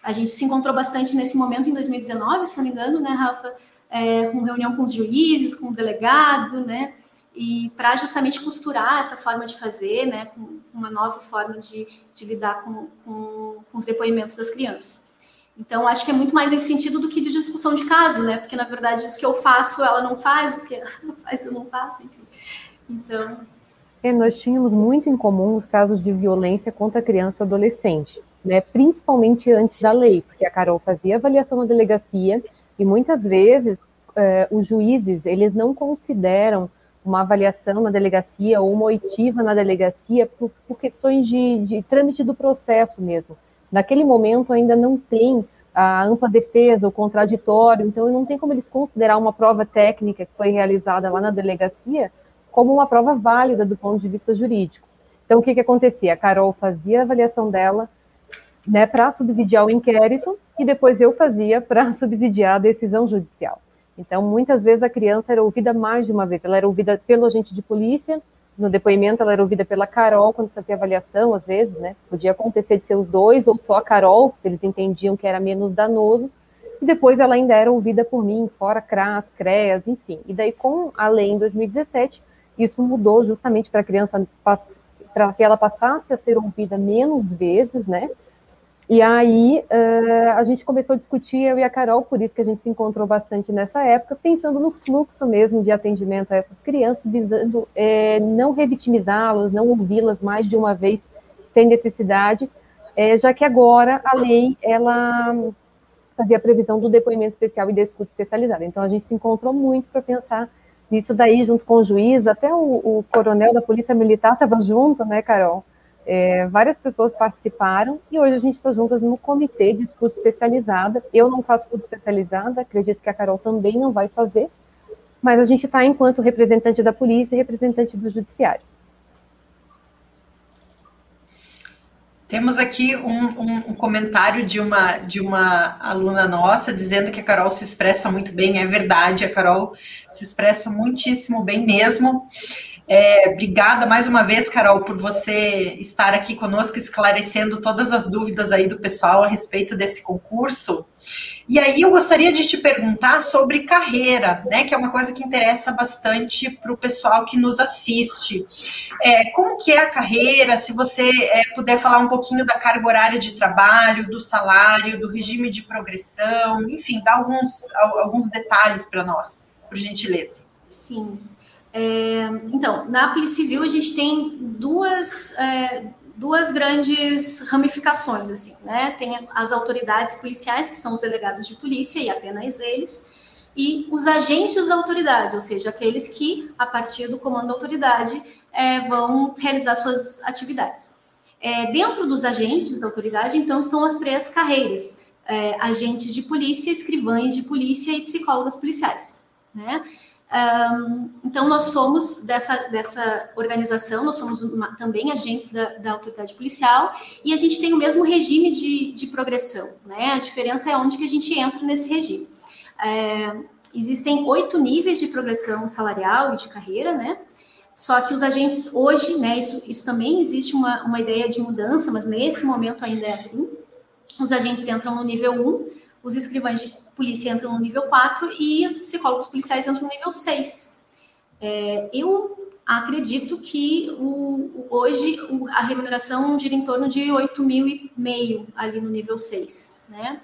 Speaker 3: A gente se encontrou bastante nesse momento, em 2019, se não me engano, né, Rafa? Com reunião com os juízes, com o delegado, né? E para justamente costurar essa forma de fazer, né? Com uma nova forma de lidar com os depoimentos das crianças. Então, acho que é muito mais nesse sentido do que de discussão de caso, né? Porque, na verdade, os que eu faço, ela não faz, os que ela não faz, eu não faço, enfim. Então...
Speaker 5: Nós tínhamos muito em comum os casos de violência contra criança e adolescente, né? Principalmente antes da lei, porque a Carol fazia avaliação na delegacia e muitas vezes os juízes, eles não consideram uma avaliação na delegacia ou uma oitiva na delegacia por questões de trâmite do processo mesmo. Naquele momento ainda não tem a ampla defesa, o contraditório, então não tem como eles considerar uma prova técnica que foi realizada lá na delegacia como uma prova válida do ponto de vista jurídico. Então, o que acontecia? A Carol fazia a avaliação dela, né, para subsidiar o inquérito, e depois eu fazia para subsidiar a decisão judicial. Então, muitas vezes a criança era ouvida mais de uma vez. Ela era ouvida pelo agente de polícia, no depoimento ela era ouvida pela Carol quando fazia avaliação, às vezes, né? Podia acontecer de ser os dois, ou só a Carol, porque eles entendiam que era menos danoso. E depois ela ainda era ouvida por mim, fora CRAS, CREAS, enfim. E daí, com a lei em 2017, isso mudou justamente para a criança, para que ela passasse a ser ouvida menos vezes, né? E aí a gente começou a discutir, eu e a Carol, por isso que a gente se encontrou bastante nessa época, pensando no fluxo mesmo de atendimento a essas crianças, visando não revitimizá-las, não ouvi-las mais de uma vez sem necessidade, já que agora a lei, ela fazia a previsão do depoimento especial e da escuta especializada. Então a gente se encontrou muito para pensar nisso daí, junto com o juiz, até o coronel da Polícia Militar estava junto, né, Carol? Várias pessoas participaram e hoje a gente está juntas no comitê de escuta especializada. Eu não faço escuta especializada, acredito que a Carol também não vai fazer, mas a gente está enquanto representante da polícia e representante do judiciário.
Speaker 4: Temos aqui um comentário de uma aluna nossa dizendo que a Carol se expressa muito bem. É verdade, a Carol se expressa muitíssimo bem mesmo. Obrigada mais uma vez, Carol, por você estar aqui conosco, esclarecendo todas as dúvidas aí do pessoal a respeito desse concurso. E aí eu gostaria de te perguntar sobre carreira, né, que é uma coisa que interessa bastante para o pessoal que nos assiste. Como que é a carreira? Se você puder falar um pouquinho da carga horária de trabalho, do salário, do regime de progressão, enfim, dar alguns detalhes para nós, por gentileza.
Speaker 3: Sim. Então, na Polícia Civil a gente tem duas grandes ramificações, assim, né? Tem as autoridades policiais, que são os delegados de polícia, e apenas eles, e os agentes da autoridade, ou seja, aqueles que, a partir do comando da autoridade, vão realizar suas atividades. Dentro dos agentes da autoridade, então, estão as três carreiras, agentes de polícia, escrivães de polícia e psicólogas policiais, né? Então, nós somos dessa organização, nós somos também agentes da autoridade policial e a gente tem o mesmo regime de progressão, né? A diferença é onde que a gente entra nesse regime. Existem 8 níveis de progressão salarial e de carreira, né? Só que os agentes hoje, né, isso também existe uma ideia de mudança, mas nesse momento ainda é assim. Os agentes entram no nível 1, os escrivães de polícia entram no nível 4 e os psicólogos policiais entram no nível 6. Eu acredito que hoje a remuneração gira em torno de 8.500 ali no nível 6, né?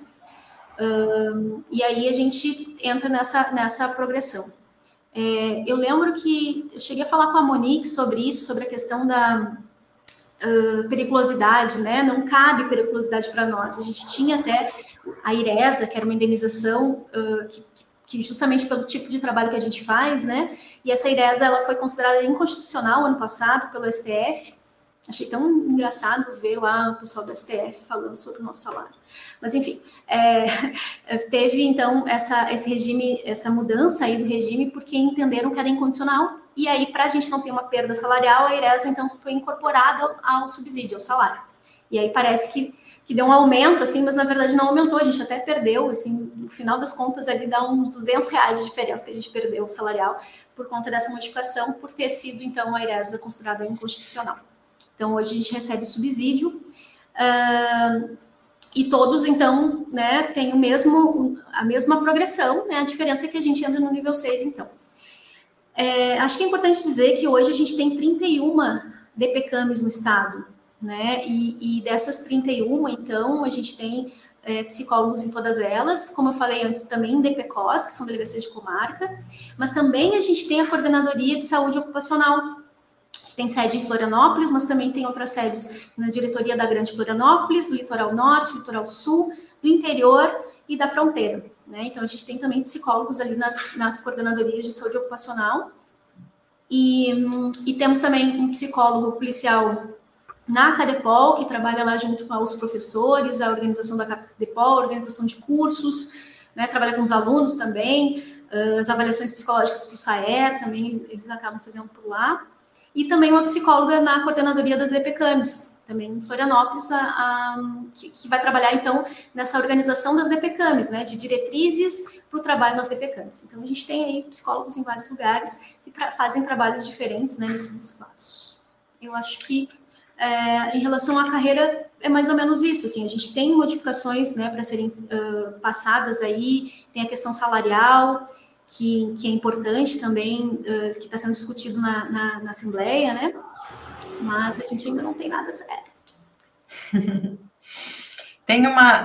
Speaker 3: E aí a gente entra nessa progressão. Eu lembro que eu cheguei a falar com a Monique sobre isso, sobre a questão da periculosidade, né? Não cabe periculosidade para nós. A gente tinha até a IRESA, que era uma indenização que justamente pelo tipo de trabalho que a gente faz, né? E essa IRESA ela foi considerada inconstitucional ano passado pelo STF. Achei tão engraçado ver lá o pessoal do STF falando sobre o nosso salário. Mas, enfim, teve, então, esse regime, essa mudança aí do regime, porque entenderam que era incondicional. E aí, para a gente não ter uma perda salarial, a IRESA, então, foi incorporada ao subsídio, ao salário. E aí parece que deu um aumento, assim, mas na verdade não aumentou, a gente até perdeu, assim, no final das contas ali dá uns R$200 de diferença que a gente perdeu o salarial por conta dessa modificação, por ter sido, então, a IRESA considerada inconstitucional. Então, hoje a gente recebe subsídio. E todos, então, né, têm a mesma progressão, né? A diferença é que a gente entra no nível 6, então. Acho que é importante dizer que hoje a gente tem 31 DPCAMs no estado, né? E dessas 31, então, a gente tem psicólogos em todas elas, como eu falei antes, também DPCOS, que são delegacias de comarca, mas também a gente tem a Coordenadoria de Saúde Ocupacional, que tem sede em Florianópolis, mas também tem outras sedes na diretoria da Grande Florianópolis, do Litoral Norte, Litoral Sul, do interior e da fronteira, né? Então, a gente tem também psicólogos ali nas coordenadorias de saúde ocupacional, e temos também um psicólogo policial na CADEPOL, que trabalha lá junto com os professores, a organização da CADEPOL, a organização de cursos, né? Trabalha com os alunos também, as avaliações psicológicas para o SAER, também eles acabam fazendo por lá. E também uma psicóloga na coordenadoria das DPCAMs, também em Florianópolis, que vai trabalhar, então, nessa organização das DPCAMs, né, de diretrizes para o trabalho nas DPCAMs. Então, a gente tem aí psicólogos em vários lugares que fazem trabalhos diferentes, né, nesses espaços. Eu acho que, em relação à carreira, é mais ou menos isso, assim, a gente tem modificações, né, para serem passadas aí, tem a questão salarial, que é importante também, que está sendo discutido na Assembleia, né? Mas a gente ainda não tem nada certo.
Speaker 4: Tem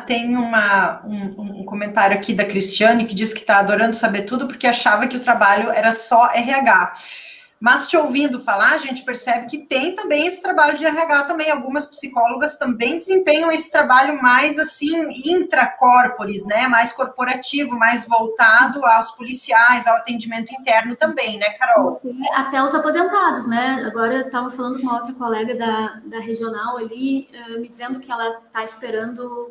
Speaker 4: um comentário aqui da Cristiane, que diz que está adorando saber tudo, porque achava que o trabalho era só RH. Mas te ouvindo falar, a gente percebe que tem também esse trabalho de RH também. Algumas psicólogas também desempenham esse trabalho mais, assim, intracorporis, né? Mais corporativo, mais voltado aos policiais, ao atendimento interno também, né, Carol?
Speaker 3: Até os aposentados, né? Agora eu estava falando com uma outra colega da regional ali, me dizendo que ela está esperando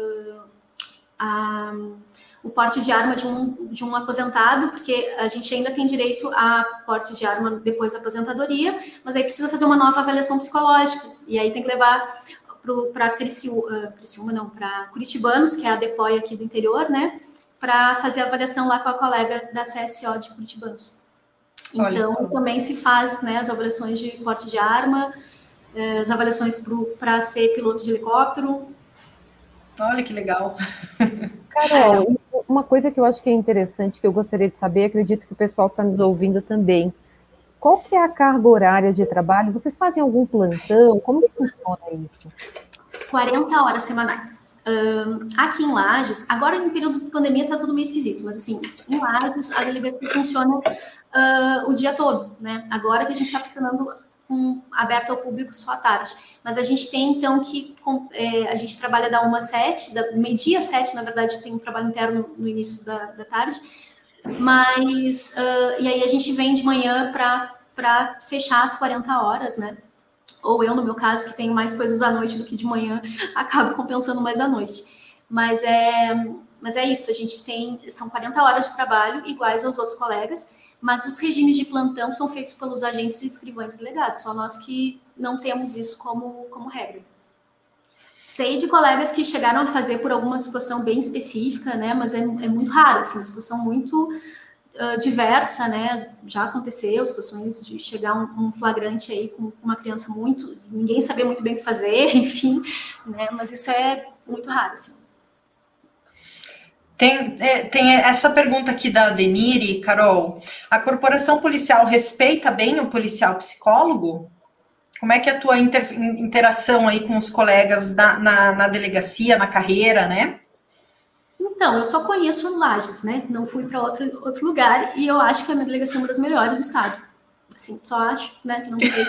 Speaker 3: o porte de arma de um aposentado, porque a gente ainda tem direito a porte de arma depois da aposentadoria, mas aí precisa fazer uma nova avaliação psicológica, e aí tem que levar para Curitibanos, que é a DEPOI aqui do interior, né, para fazer a avaliação lá com a colega da CSO de Curitibanos. Então, também se faz, né, as avaliações de porte de arma, as avaliações para ser piloto de helicóptero.
Speaker 4: Olha que legal.
Speaker 5: Carol, uma coisa que eu acho que é interessante, que eu gostaria de saber, acredito que o pessoal está nos ouvindo também. Qual que é a carga horária de trabalho? Vocês fazem algum plantão? Como que funciona isso?
Speaker 3: 40 horas semanais. Aqui em Lages, agora em período de pandemia está tudo meio esquisito, mas assim, em Lages a delegacia funciona o dia todo, né? Agora que a gente está funcionando aberto ao público só à tarde. Mas a gente tem, então, a gente trabalha da 1 às 7, meio-dia às 7, na verdade, tem um trabalho interno no início da tarde, mas, e aí a gente vem de manhã para fechar as 40 horas, né? Ou eu, no meu caso, que tenho mais coisas à noite do que de manhã, acabo compensando mais à noite. Mas é isso, a gente são 40 horas de trabalho, iguais aos outros colegas, mas os regimes de plantão são feitos pelos agentes e escrivães delegados, só nós que não temos isso como regra. Sei de colegas que chegaram a fazer por alguma situação bem específica, né, mas é muito raro, assim, uma situação muito diversa, né, já aconteceu situações de chegar um flagrante aí com uma criança ninguém saber muito bem o que fazer, enfim, né, mas isso é muito raro, assim.
Speaker 4: Tem essa pergunta aqui da Denire, Carol. A corporação policial respeita bem o policial psicólogo? Como é que é a tua interação aí com os colegas na delegacia, na carreira, né?
Speaker 3: Então, eu só conheço Lages, né? Não fui para outro lugar e eu acho que a minha delegacia é uma das melhores do estado. Assim, só acho, né? Não sei.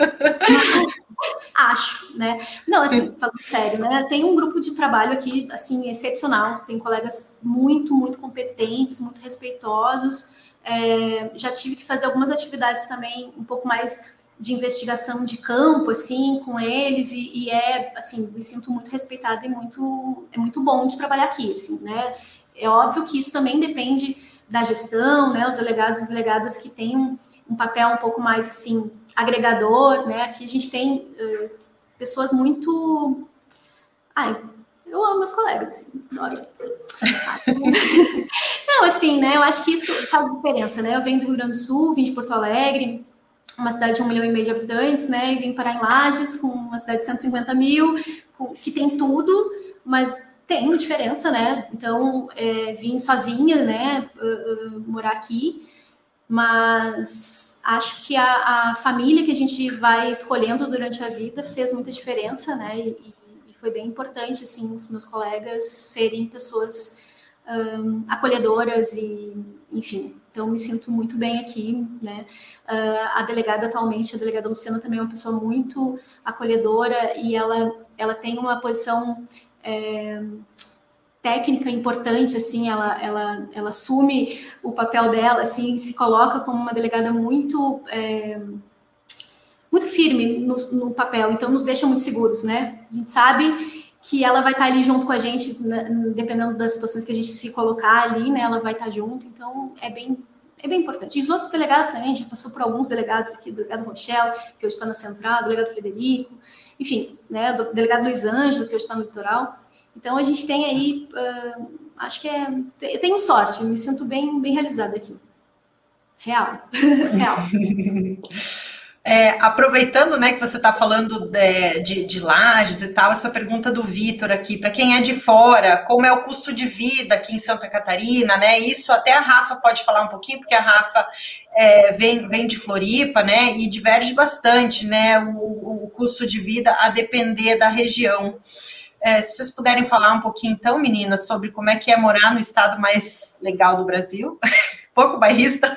Speaker 3: Acho, né? Não, assim, falando sério, né? Tem um grupo de trabalho aqui, assim, excepcional. Tem colegas muito, muito competentes, muito respeitosos. Já tive que fazer algumas atividades também um pouco mais de investigação de campo, assim, com eles. E assim, me sinto muito respeitada e é muito bom de trabalhar aqui, assim, né? É óbvio que isso também depende da gestão, né? Os delegados e delegadas que têm um papel um pouco mais, assim, agregador, né? Aqui a gente tem pessoas muito... eu amo as colegas, assim, adoro elas. Não, assim, né? Eu acho que isso faz diferença, né? Eu venho do Rio Grande do Sul, vim de Porto Alegre, uma cidade de 1,5 milhão de habitantes, né? E vim parar em Lages, com uma cidade de 150 mil, que tem tudo, mas tem uma diferença, né? Então, vim sozinha, né, morar aqui, mas acho que a família que a gente vai escolhendo durante a vida fez muita diferença, né? E foi bem importante, assim, os meus colegas serem pessoas acolhedoras e, enfim, então me sinto muito bem aqui, né? A delegada atualmente, a delegada Luciana, também é uma pessoa muito acolhedora e ela tem uma posição técnica importante, assim, ela assume o papel dela, assim, se coloca como uma delegada muito firme no papel, então nos deixa muito seguros, né? A gente sabe que ela vai estar ali junto com a gente, né, dependendo das situações que a gente se colocar ali, né? Ela vai estar junto, então é bem importante. E os outros delegados também, a gente passou por alguns delegados aqui, o delegado Rochelle, que hoje está na Central, o delegado Frederico, enfim, né? O delegado Luiz Ângelo, que hoje está no Litoral. Então, a gente tem aí, acho que eu tenho sorte, me sinto bem realizada aqui. Real.
Speaker 4: Aproveitando, né, que você está falando de Lages e tal, essa pergunta do Vitor aqui, para quem é de fora, como é o custo de vida aqui em Santa Catarina, né? Isso até a Rafa pode falar um pouquinho, porque a Rafa vem de Floripa, né? E diverge bastante, né? O custo de vida a depender da região. Se vocês puderem falar um pouquinho, então, meninas, sobre como é que é morar no estado mais legal do Brasil, pouco bairrista.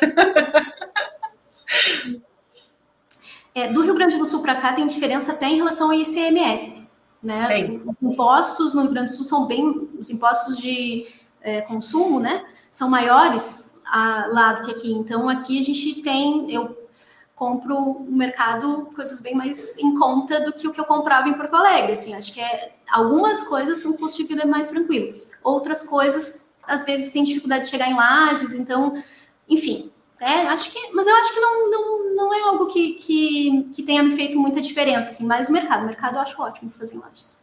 Speaker 3: Do Rio Grande do Sul para cá tem diferença até em relação ao ICMS, né? Os impostos no Rio Grande do Sul são os impostos de consumo, né? São maiores lá do que aqui. Então, aqui a gente eu compro no mercado coisas bem mais em conta do que o que eu comprava em Porto Alegre, assim, acho que algumas coisas são custo de vida mais tranquilo, outras coisas, às vezes, tem dificuldade de chegar em Lages, então, enfim, mas eu acho que não é algo que tenha me feito muita diferença, assim, mas o mercado eu acho ótimo fazer em Lages.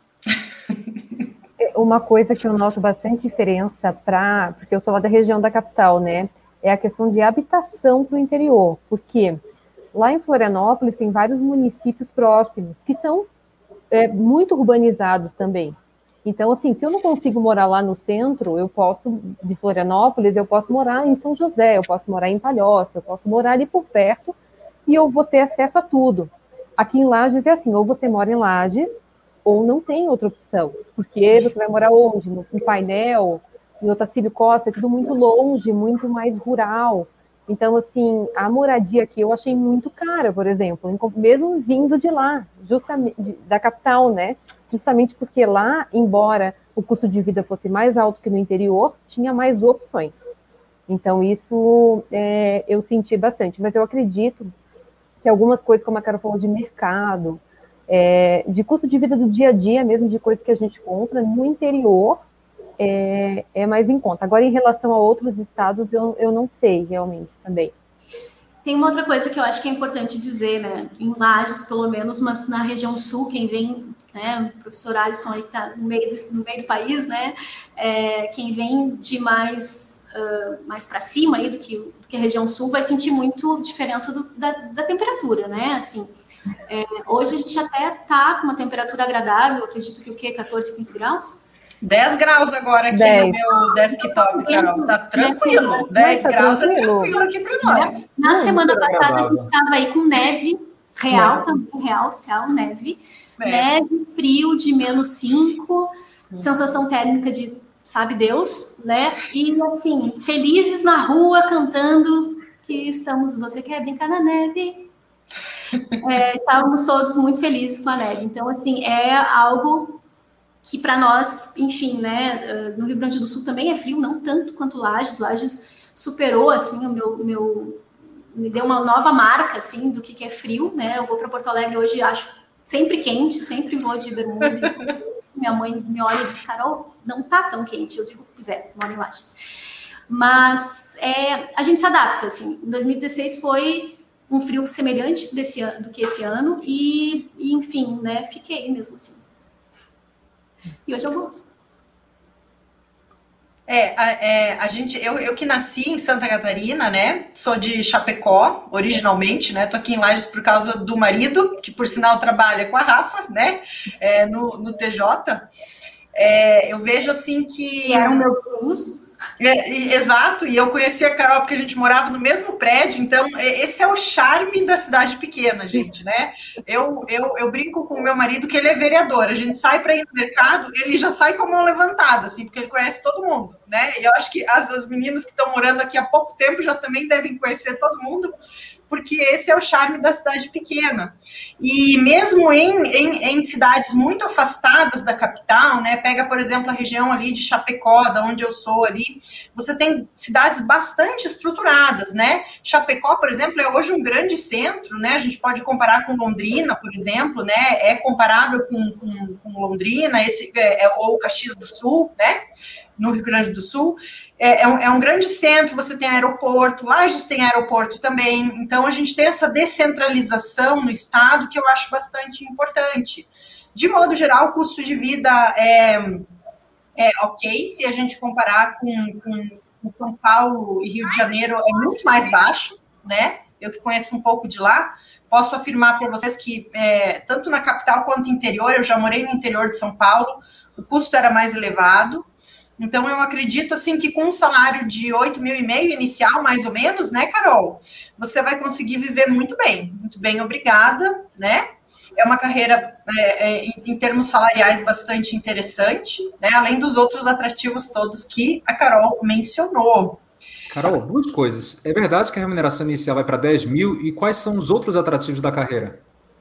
Speaker 5: Uma coisa que eu noto bastante diferença porque eu sou lá da região da capital, né, é a questão de habitação para o interior, porque lá em Florianópolis tem vários municípios próximos que são muito urbanizados também. Então, assim, se eu não consigo morar lá no centro, de Florianópolis, eu posso morar em São José, eu posso morar em Palhoça, eu posso morar ali por perto e eu vou ter acesso a tudo. Aqui em Lages é assim, ou você mora em Lages, ou não tem outra opção, porque você vai morar onde? No Painel, em Otacílio Costa, é tudo muito longe, muito mais rural. Então, assim, a moradia aqui eu achei muito cara, por exemplo, mesmo vindo de lá, justamente da capital, né? Justamente porque lá, embora o custo de vida fosse mais alto que no interior, tinha mais opções. Então, isso eu senti bastante. Mas eu acredito que algumas coisas, como a Carol falou, de mercado, de custo de vida do dia a dia, mesmo de coisas que a gente compra, no interior, é mais em conta. Agora, em relação a outros estados, eu não sei realmente também.
Speaker 3: Tem uma outra coisa que eu acho que é importante dizer, né? Em Lages, pelo menos, mas na região sul, quem vem, né? O professor Alisson aí que está no meio do país, né? Quem vem de mais para cima aí do que a região sul vai sentir muito diferença da temperatura, né? Assim, hoje a gente até está com uma temperatura agradável, acredito que 14, 15 graus?
Speaker 4: 10 graus agora aqui no meu desktop, Carol. Tá tranquilo. 10 graus é tranquilo aqui para nós.
Speaker 3: Na semana passada a gente estava aí com neve real, também real, oficial, neve, frio de -5, sensação térmica de sabe Deus, né? E assim, felizes na rua cantando que você quer brincar na neve? Estávamos todos muito felizes com a neve. Então, assim, é algo que para nós, enfim, né, no Rio Grande do Sul também é frio, não tanto quanto Lages. Lages superou, assim, me deu uma nova marca, assim, do que é frio, né? Eu vou para Porto Alegre hoje, acho sempre quente, sempre vou de bermuda. Minha mãe me olha e diz, Carol, não tá tão quente. Eu digo, pois moro em Lages. Mas a gente se adapta, assim. Em 2016 foi um frio semelhante do que esse ano e enfim, né, fiquei mesmo assim. E hoje eu gosto.
Speaker 4: Eu que nasci em Santa Catarina, né? Sou de Chapecó, originalmente, né? Tô aqui em Lages por causa do marido, que por sinal trabalha com a Rafa, né? No TJ. Eu vejo assim que...
Speaker 3: E eram meus vizinhos.
Speaker 4: Exato, e eu conheci a Carol porque a gente morava no mesmo prédio, então esse é o charme da cidade pequena, gente, né? Eu brinco com o meu marido que ele é vereador, a gente sai para ir no mercado, ele já sai com a mão levantada, assim, porque ele conhece todo mundo, né? E eu acho que as meninas que estão morando aqui há pouco tempo já também devem conhecer todo mundo, porque esse é o charme da cidade pequena. E mesmo em cidades muito afastadas da capital, né, pega, por exemplo, a região ali de Chapecó, da onde eu sou ali, você tem cidades bastante estruturadas, né? Chapecó, por exemplo, é hoje um grande centro, né? A gente pode comparar com Londrina, por exemplo, né? É comparável com Londrina, ou Caxias do Sul, né? No Rio Grande do Sul. É um grande centro, você tem aeroporto, Lages tem aeroporto também, então a gente tem essa descentralização no estado que eu acho bastante importante. De modo geral, o custo de vida é ok, se a gente comparar com São Paulo e Rio de Janeiro, é muito mais baixo, né? Eu que conheço um pouco de lá, posso afirmar para vocês que tanto na capital quanto no interior, eu já morei no interior de São Paulo, o custo era mais elevado. Então, eu acredito, assim, que com um salário de 8,5 mil inicial, mais ou menos, né, Carol? Você vai conseguir viver muito bem, obrigada, né? É uma carreira, em termos salariais, bastante interessante, né? Além dos outros atrativos todos que a Carol mencionou.
Speaker 2: Carol, duas coisas. É verdade que a remuneração inicial vai para 10 mil e quais são os outros atrativos da carreira?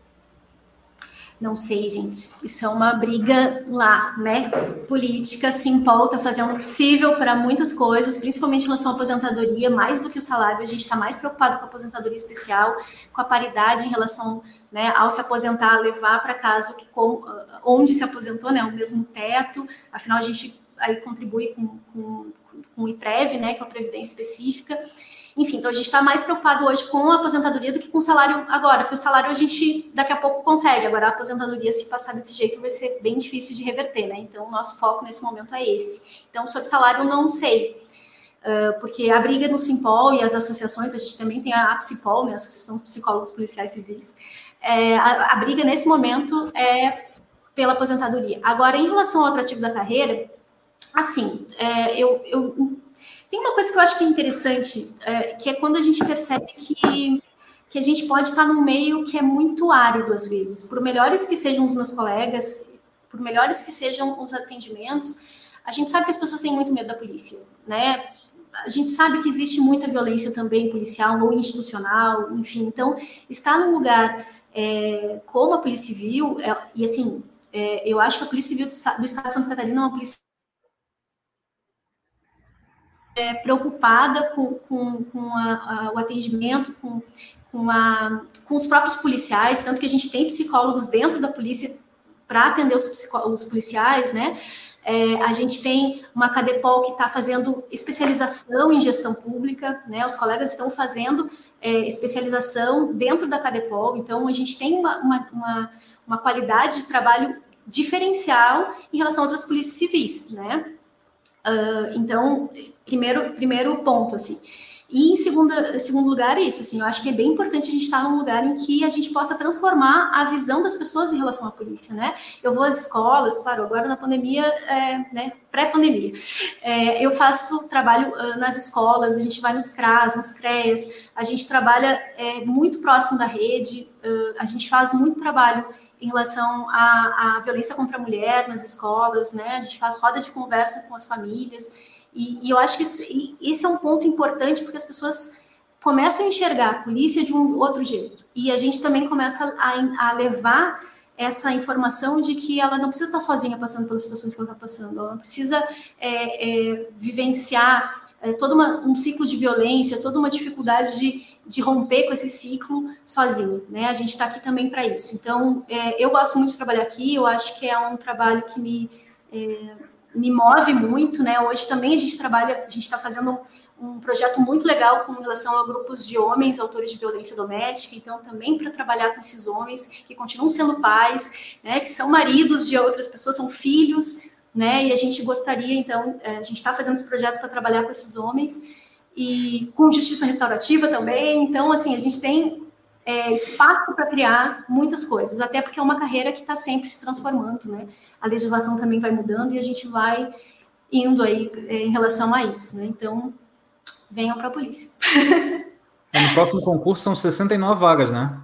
Speaker 3: Não sei, gente, isso é uma briga lá, né? Política, Simpol está fazendo o possível para muitas coisas, principalmente em relação à aposentadoria, mais do que o salário, a gente está mais preocupado com a aposentadoria especial, com a paridade em relação, né, ao se aposentar, levar para casa onde se aposentou, né, o mesmo teto, afinal a gente aí contribui com o IPREV, né, que é uma previdência específica. Enfim, então a gente está mais preocupado hoje com a aposentadoria do que com o salário agora, porque o salário a gente daqui a pouco consegue, agora a aposentadoria, se passar desse jeito, vai ser bem difícil de reverter, né? Então o nosso foco nesse momento é esse. Então, sobre salário, eu não sei, porque a briga no Simpol e as associações, a gente também tem a APSIPOL, né, a Associação dos Psicólogos Policiais Civis, a briga nesse momento é pela aposentadoria. Agora, em relação ao atrativo da carreira, assim, tem uma coisa que eu acho que é interessante, que é quando a gente percebe que a gente pode estar num meio que é muito árido, às vezes. Por melhores que sejam os meus colegas, por melhores que sejam os atendimentos, a gente sabe que as pessoas têm muito medo da polícia, né? A gente sabe que existe muita violência também policial ou institucional, enfim. Então, estar num lugar como a Polícia Civil, e assim, eu acho que a Polícia Civil do Estado de Santa Catarina é uma polícia preocupada com o atendimento, com os próprios policiais, tanto que a gente tem psicólogos dentro da polícia para atender os policiais, né? A gente tem uma CADEPOL que está fazendo especialização em gestão pública, né? Os colegas estão fazendo especialização dentro da CADEPOL, então a gente tem uma qualidade de trabalho diferencial em relação a outras polícias civis, né? Então, primeiro ponto, assim. E em segundo lugar, isso, assim, eu acho que é bem importante a gente estar num lugar em que a gente possa transformar a visão das pessoas em relação à polícia, né? Eu vou às escolas, claro, agora na pandemia, né, pré-pandemia, eu faço trabalho nas escolas, a gente vai nos CRAS, nos CREAS, a gente trabalha muito próximo da rede, a gente faz muito trabalho em relação à violência contra a mulher nas escolas, né? A gente faz roda de conversa com as famílias. E eu acho que esse é um ponto importante, porque as pessoas começam a enxergar a polícia de um outro jeito. E a gente também começa a levar essa informação de que ela não precisa estar sozinha passando pelas situações que ela está passando. Ela não precisa vivenciar todo um ciclo de violência, toda uma dificuldade de romper com esse ciclo sozinho, né? A gente está aqui também para isso. Então, eu gosto muito de trabalhar aqui, eu acho que é um trabalho que me move muito, né? Hoje também a gente está fazendo um projeto muito legal com relação a grupos de homens autores de violência doméstica, então também para trabalhar com esses homens que continuam sendo pais, né? Que são maridos de outras pessoas, são filhos, né? E a gente gostaria, então, a gente está fazendo esse projeto para trabalhar com esses homens e com justiça restaurativa também. Então, assim, a gente tem espaço para criar muitas coisas, até porque é uma carreira que está sempre se transformando, né? A legislação também vai mudando e a gente vai indo aí em relação a isso, né? Então, venham para a polícia.
Speaker 2: No próximo concurso são 69 vagas, né?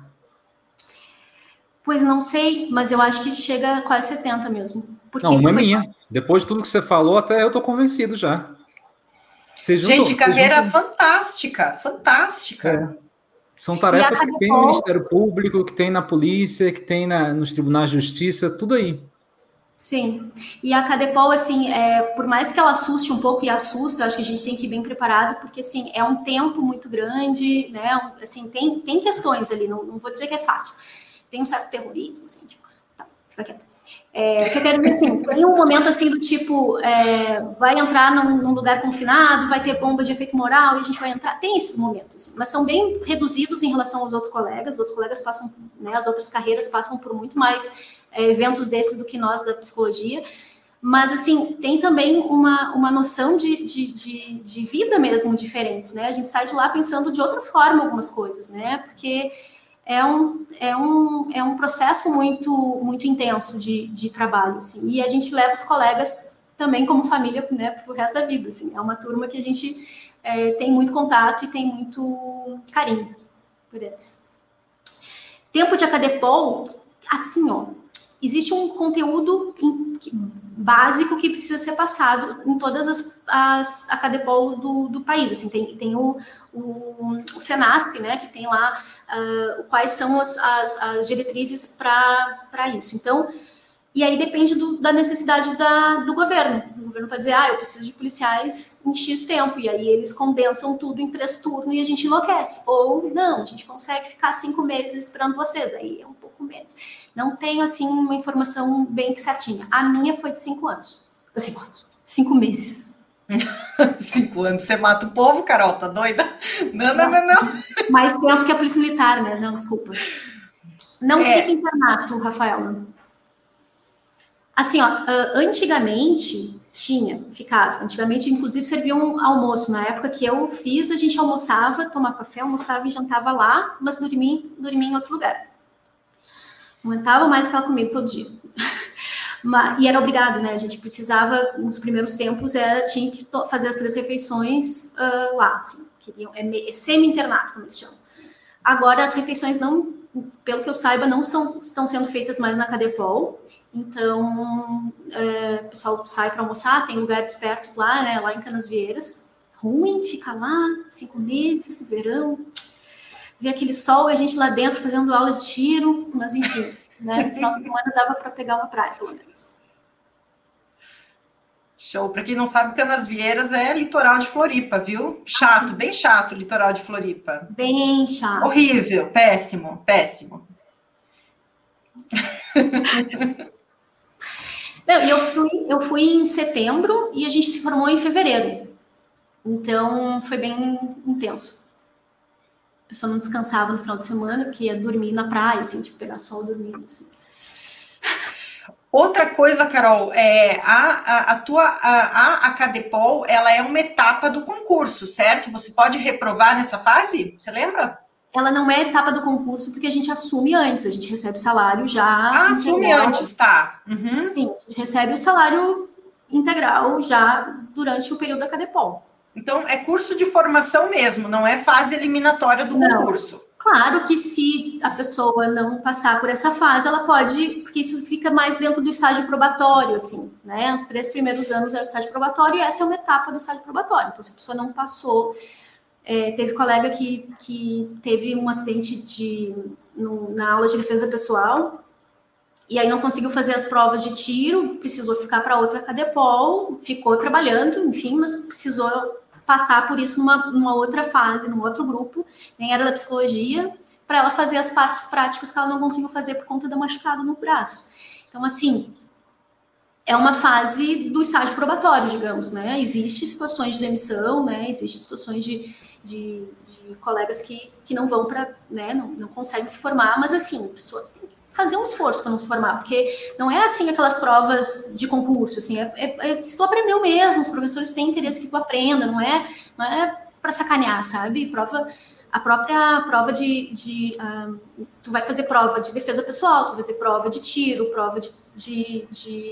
Speaker 3: Pois não sei, mas eu acho que chega a quase 70 mesmo.
Speaker 2: Não, uma é minha. Depois de tudo que você falou, até eu tô convencido já.
Speaker 4: Gente, carreira fantástica, fantástica.
Speaker 2: São tarefas que tem no Ministério Público, que tem na polícia, que tem nos tribunais de justiça, tudo aí.
Speaker 3: Sim, e a Cadepol, assim, por mais que ela assuste um pouco, e assusta, eu acho que a gente tem que ir bem preparado, porque, assim, é um tempo muito grande, né, assim, tem questões ali, não vou dizer que é fácil, tem um certo terrorismo, assim, tipo, tá, fica quieto. O que eu quero dizer, assim, tem um momento, assim, do tipo, vai entrar num lugar confinado, vai ter bomba de efeito moral, e a gente vai entrar, tem esses momentos, assim, mas são bem reduzidos em relação aos outros colegas passam, né, as outras carreiras passam por muito mais eventos desses do que nós da psicologia, mas assim, tem também uma noção de vida mesmo diferentes, né? A gente sai de lá pensando de outra forma algumas coisas, né? Porque é um processo muito intenso de trabalho, assim, e a gente leva os colegas também como família, né, pro resto da vida, assim, é uma turma que a gente tem muito contato e tem muito carinho por eles. Tempo de Acadepol, assim, ó, existe um conteúdo básico que precisa ser passado em todas as Acadepol do país. Assim, tem o Senasp, né, que tem lá quais são as diretrizes para isso. Então, e aí depende da necessidade do governo. O governo pode dizer, eu preciso de policiais em X tempo, e aí eles condensam tudo em 3 turnos e a gente enlouquece. Ou, não, a gente consegue ficar 5 meses esperando vocês, daí é um pouco menos. Não tenho, assim, uma informação bem certinha. A minha foi de 5 anos. 5 anos. 5 meses.
Speaker 4: 5 anos, você mata o povo, Carol, tá doida? Não.
Speaker 3: Mais tempo que a polícia militar, né? Não, desculpa. Não fica internato, Rafael. Assim, ó, antigamente ficava. Antigamente, inclusive, servia um almoço. Na época que eu fiz, a gente almoçava, tomava café, almoçava e jantava lá, mas dormia em outro lugar. Não aguentava mais ficar comigo todo dia. E era obrigado, né? A gente precisava, nos primeiros tempos, tinha que fazer as 3 refeições lá. Assim, semi-internato, como eles chamam. Agora, as refeições não, pelo que eu saiba, não estão sendo feitas mais na Cadepol. Então, o pessoal sai para almoçar, tem lugares perto lá, né? Lá em Canasvieiras. Ruim, fica lá 5 meses, no verão. Ver aquele sol e a gente lá dentro fazendo aula de tiro, mas enfim, né? No final de semana dava para pegar uma praia, pelo menos.
Speaker 4: Show. Para quem não sabe, Canasvieiras é litoral de Floripa, viu? Chato, bem chato o litoral de Floripa.
Speaker 3: Bem chato.
Speaker 4: Horrível, péssimo.
Speaker 3: Não, e eu fui em setembro e a gente se formou em fevereiro. Então, foi bem intenso. A pessoa não descansava no final de semana, porque ia dormir na praia, assim, tipo, pegar sol dormindo, assim.
Speaker 4: Outra coisa, Carol, a Acadepol, ela é uma etapa do concurso, certo? Você pode reprovar nessa fase? Você lembra?
Speaker 3: Ela não é etapa do concurso, porque a gente assume antes, a gente recebe salário já...
Speaker 4: assume antes, tá. Uhum.
Speaker 3: Sim, a gente recebe o salário integral já durante o período da Acadepol.
Speaker 4: Então, é curso de formação mesmo, não é fase eliminatória do concurso.
Speaker 3: Claro que se a pessoa não passar por essa fase, ela pode, porque isso fica mais dentro do estágio probatório, assim, né? Os 3 primeiros anos é o estágio probatório e essa é uma etapa do estágio probatório. Então, se a pessoa não passou, teve colega que teve um acidente na aula de defesa pessoal e aí não conseguiu fazer as provas de tiro, precisou ficar para outra Cadepol, ficou trabalhando, enfim, mas precisou passar por isso numa outra fase, num outro grupo, nem era da psicologia, para ela fazer as partes práticas que ela não conseguiu fazer por conta do machucado no braço. Então, assim, é uma fase do estágio probatório, digamos, né? Existem situações de demissão, né? Existem situações de colegas que não vão para, né? Não conseguem se formar, mas, assim, a pessoa tem que fazer um esforço para não se formar, porque não é assim aquelas provas de concurso, assim, se tu aprendeu mesmo, os professores têm interesse que tu aprenda, não é para sacanear, sabe? Prova, a própria prova tu vai fazer prova de defesa pessoal, tu vai fazer prova de tiro, prova de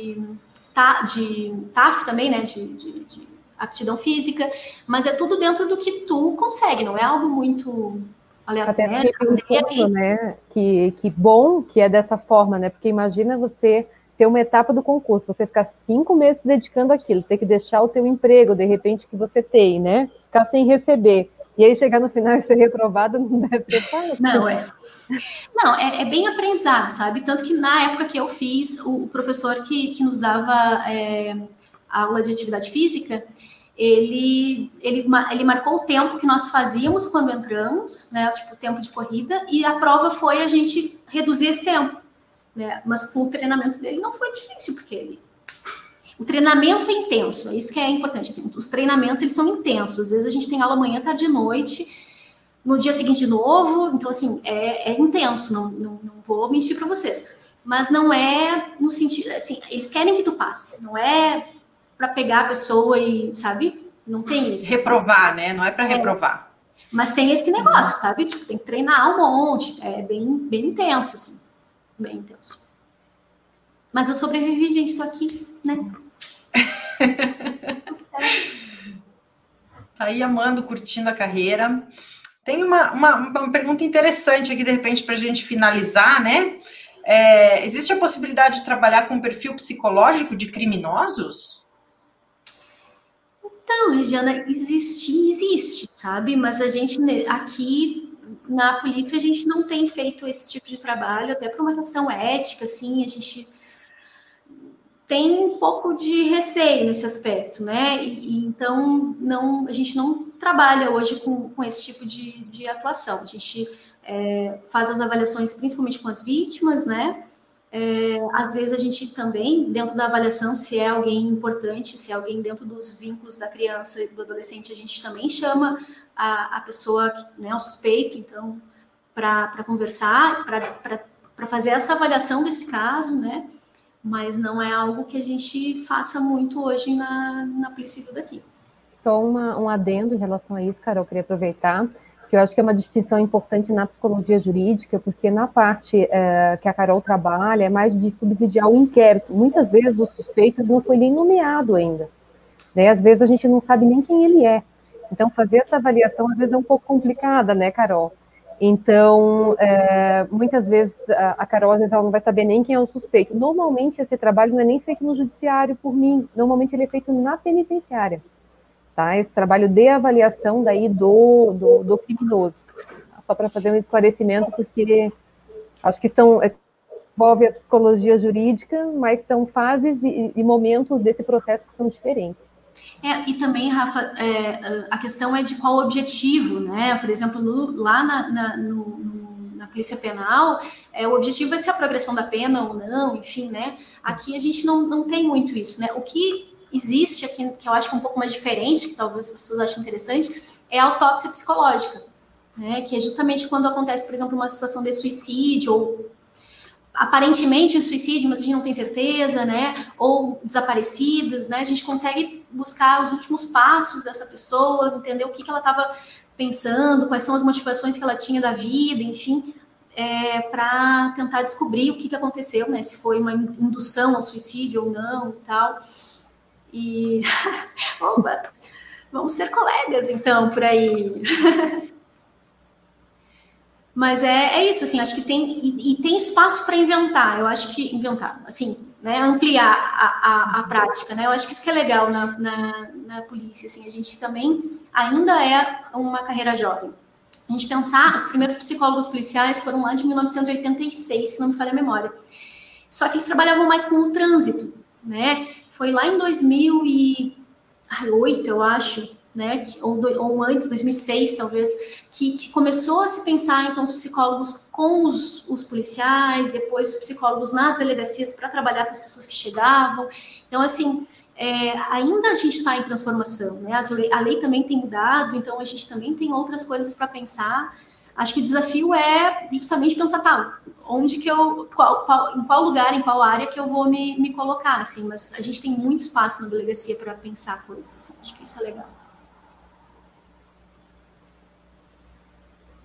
Speaker 3: TAF também, né, de aptidão física, mas é tudo dentro do que tu consegue, não é algo muito aleatório.
Speaker 5: Até porque né, que bom que é dessa forma, né, porque imagina você ter uma etapa do concurso, você ficar 5 meses se dedicando àquilo, ter que deixar o teu emprego, de repente, que você tem, né, ficar sem receber, e aí chegar no final e ser reprovado não deve ser fácil.
Speaker 3: Não, é bem aprendizado, sabe? Tanto que na época que eu fiz, o professor que nos dava aula de atividade física, ele marcou o tempo que nós fazíamos quando entramos, né? Tipo, o tempo de corrida, e a prova foi a gente reduzir esse tempo, né? Mas com o treinamento dele não foi difícil, porque o treinamento é intenso, é isso que é importante. Assim, os treinamentos, eles são intensos. Às vezes a gente tem aula manhã, tarde e noite, no dia seguinte de novo. Então, assim, é intenso, não vou mentir para vocês. Mas não é no sentido, assim, eles querem que tu passe. Não é para pegar a pessoa e, sabe? Não tem isso.
Speaker 4: Reprovar, assim, né? Não é para reprovar.
Speaker 3: Mas tem esse negócio, sabe? Tipo, tem que treinar um monte. É bem intenso, assim. Bem intenso. Mas eu sobrevivi, gente. Tô aqui, né?
Speaker 4: Tá aí amando, curtindo a carreira. Tem uma pergunta interessante aqui, de repente, para a gente finalizar, né? Existe a possibilidade de trabalhar com perfil psicológico de criminosos?
Speaker 3: Então, Regiana, existe, sabe? Mas a gente, aqui na polícia, a gente não tem feito esse tipo de trabalho, até por uma questão ética, assim, a gente tem um pouco de receio nesse aspecto, né? Então, a gente não trabalha hoje com esse tipo de atuação. A gente faz as avaliações principalmente com as vítimas, né? Às vezes a gente também, dentro da avaliação, se é alguém importante, se é alguém dentro dos vínculos da criança e do adolescente, a gente também chama a pessoa, né, o suspeito, então, para conversar, para fazer essa avaliação desse caso, né? Mas não é algo que a gente faça muito hoje na Polícia Civil daqui.
Speaker 5: Só um adendo em relação a isso, Carol, eu queria aproveitar, que eu acho que é uma distinção importante na psicologia jurídica, porque na parte que a Carol trabalha é mais de subsidiar o inquérito. Muitas vezes o suspeito não foi nem nomeado ainda, né? Às vezes a gente não sabe nem quem ele é. Então, fazer essa avaliação às vezes é um pouco complicada, né, Carol? Então, muitas vezes a Carol às vezes, ela não vai saber nem quem é o suspeito. Normalmente esse trabalho não é nem feito no judiciário por mim, normalmente ele é feito na penitenciária. Tá? Esse trabalho de avaliação daí do criminoso. Só para fazer um esclarecimento, porque acho que envolve a psicologia jurídica, mas são fases e momentos desse processo que são diferentes.
Speaker 3: E também, Rafa, a questão é de qual o objetivo, né? Por exemplo, lá na Polícia Penal, o objetivo é se a progressão da pena ou não, enfim, né? Aqui a gente não tem muito isso, né? O que existe aqui, que eu acho que é um pouco mais diferente, que talvez as pessoas achem interessante, é a autópsia psicológica, né? Que é justamente quando acontece, por exemplo, uma situação de suicídio, ou aparentemente um suicídio, mas a gente não tem certeza, né? Ou desaparecidas, né? A gente consegue buscar os últimos passos dessa pessoa, entender o que ela estava pensando, quais são as motivações que ela tinha da vida, enfim, para tentar descobrir o que aconteceu, né? Se foi uma indução ao suicídio ou não e tal. E opa, vamos ser colegas então por aí. Mas é isso, assim, acho que tem espaço para inventar. Eu acho que inventar, assim, né, ampliar a prática, né? Eu acho que isso que é legal na polícia, assim, a gente também ainda é uma carreira jovem. A gente pensar, os primeiros psicólogos policiais foram lá de 1986, se não me falha a memória. Só que eles trabalhavam mais com o trânsito, né? Foi lá em 2008, eu acho, né? Ou antes, 2006, talvez, que começou a se pensar, então, os psicólogos com os policiais, depois os psicólogos nas delegacias para trabalhar com as pessoas que chegavam. Então, assim, ainda a gente está em transformação, né? A lei também tem mudado, então a gente também tem outras coisas para pensar. Acho que o desafio é justamente pensar, tá, onde que em qual lugar, em qual área que eu vou me colocar, assim, mas a gente tem muito espaço na delegacia para pensar coisas, assim, acho que isso é legal.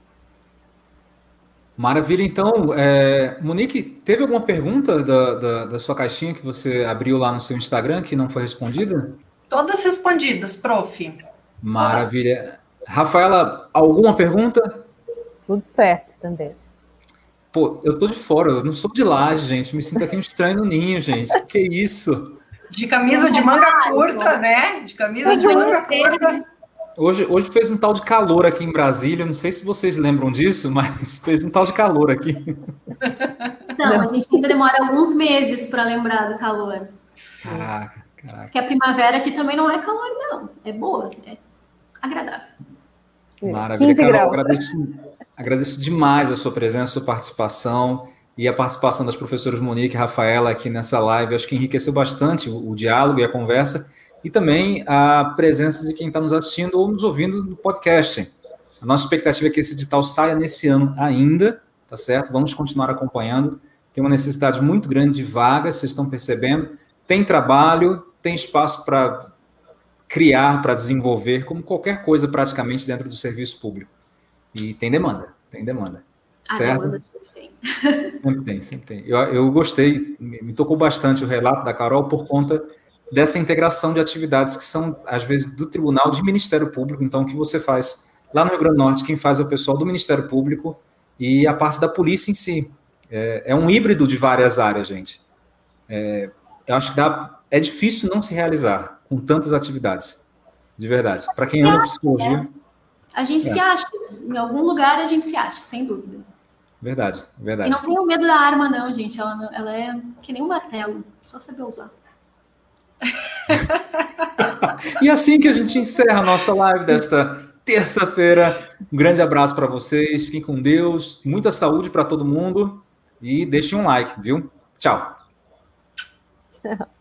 Speaker 2: Maravilha, então, Monique, teve alguma pergunta da sua caixinha que você abriu lá no seu Instagram que não foi respondida?
Speaker 4: Todas respondidas, prof.
Speaker 2: Maravilha. Rafaela, alguma pergunta?
Speaker 5: Tudo certo também.
Speaker 2: Pô, eu tô de fora, eu não sou de Laje, gente, me sinto aqui um estranho no ninho, gente, que isso?
Speaker 4: De camisa de manga curta, né? De camisa de manga curta.
Speaker 2: Hoje fez um tal de calor aqui em Brasília, não sei se vocês lembram disso, mas fez um tal de calor aqui.
Speaker 3: Não, a gente ainda demora alguns meses para lembrar do calor.
Speaker 2: Caraca.
Speaker 3: Porque a primavera aqui também não é calor, não. É boa, é agradável.
Speaker 2: Maravilha, Carol, agradeço demais a sua presença, a sua participação e a participação das professoras Monique e Rafaela aqui nessa live. Acho que enriqueceu bastante o diálogo e a conversa, e também a presença de quem está nos assistindo ou nos ouvindo no podcast. A nossa expectativa é que esse edital saia nesse ano ainda, tá certo? Vamos continuar acompanhando. Tem uma necessidade muito grande de vagas, vocês estão percebendo. Tem trabalho, tem espaço para criar, para desenvolver, como qualquer coisa praticamente dentro do serviço público. E tem demanda. Certo?
Speaker 3: Demanda sempre tem.
Speaker 2: Sempre tem. Eu gostei, me tocou bastante o relato da Carol por conta dessa integração de atividades que são, às vezes, do Tribunal de Ministério Público. Então, o que você faz lá no Rio Grande do Norte, quem faz é o pessoal do Ministério Público e a parte da polícia em si. É um híbrido de várias áreas, gente. Eu acho que é difícil não se realizar com tantas atividades, de verdade. Para quem ama psicologia...
Speaker 3: A gente se acha, em algum lugar a gente se acha, sem dúvida.
Speaker 2: Verdade.
Speaker 3: E não tenham medo da arma, não, gente. Ela é que nem um martelo, só saber usar.
Speaker 2: E assim que a gente encerra a nossa live desta terça-feira. Um grande abraço para vocês, fiquem com Deus, muita saúde para todo mundo e deixem um like, viu? Tchau.
Speaker 5: Tchau.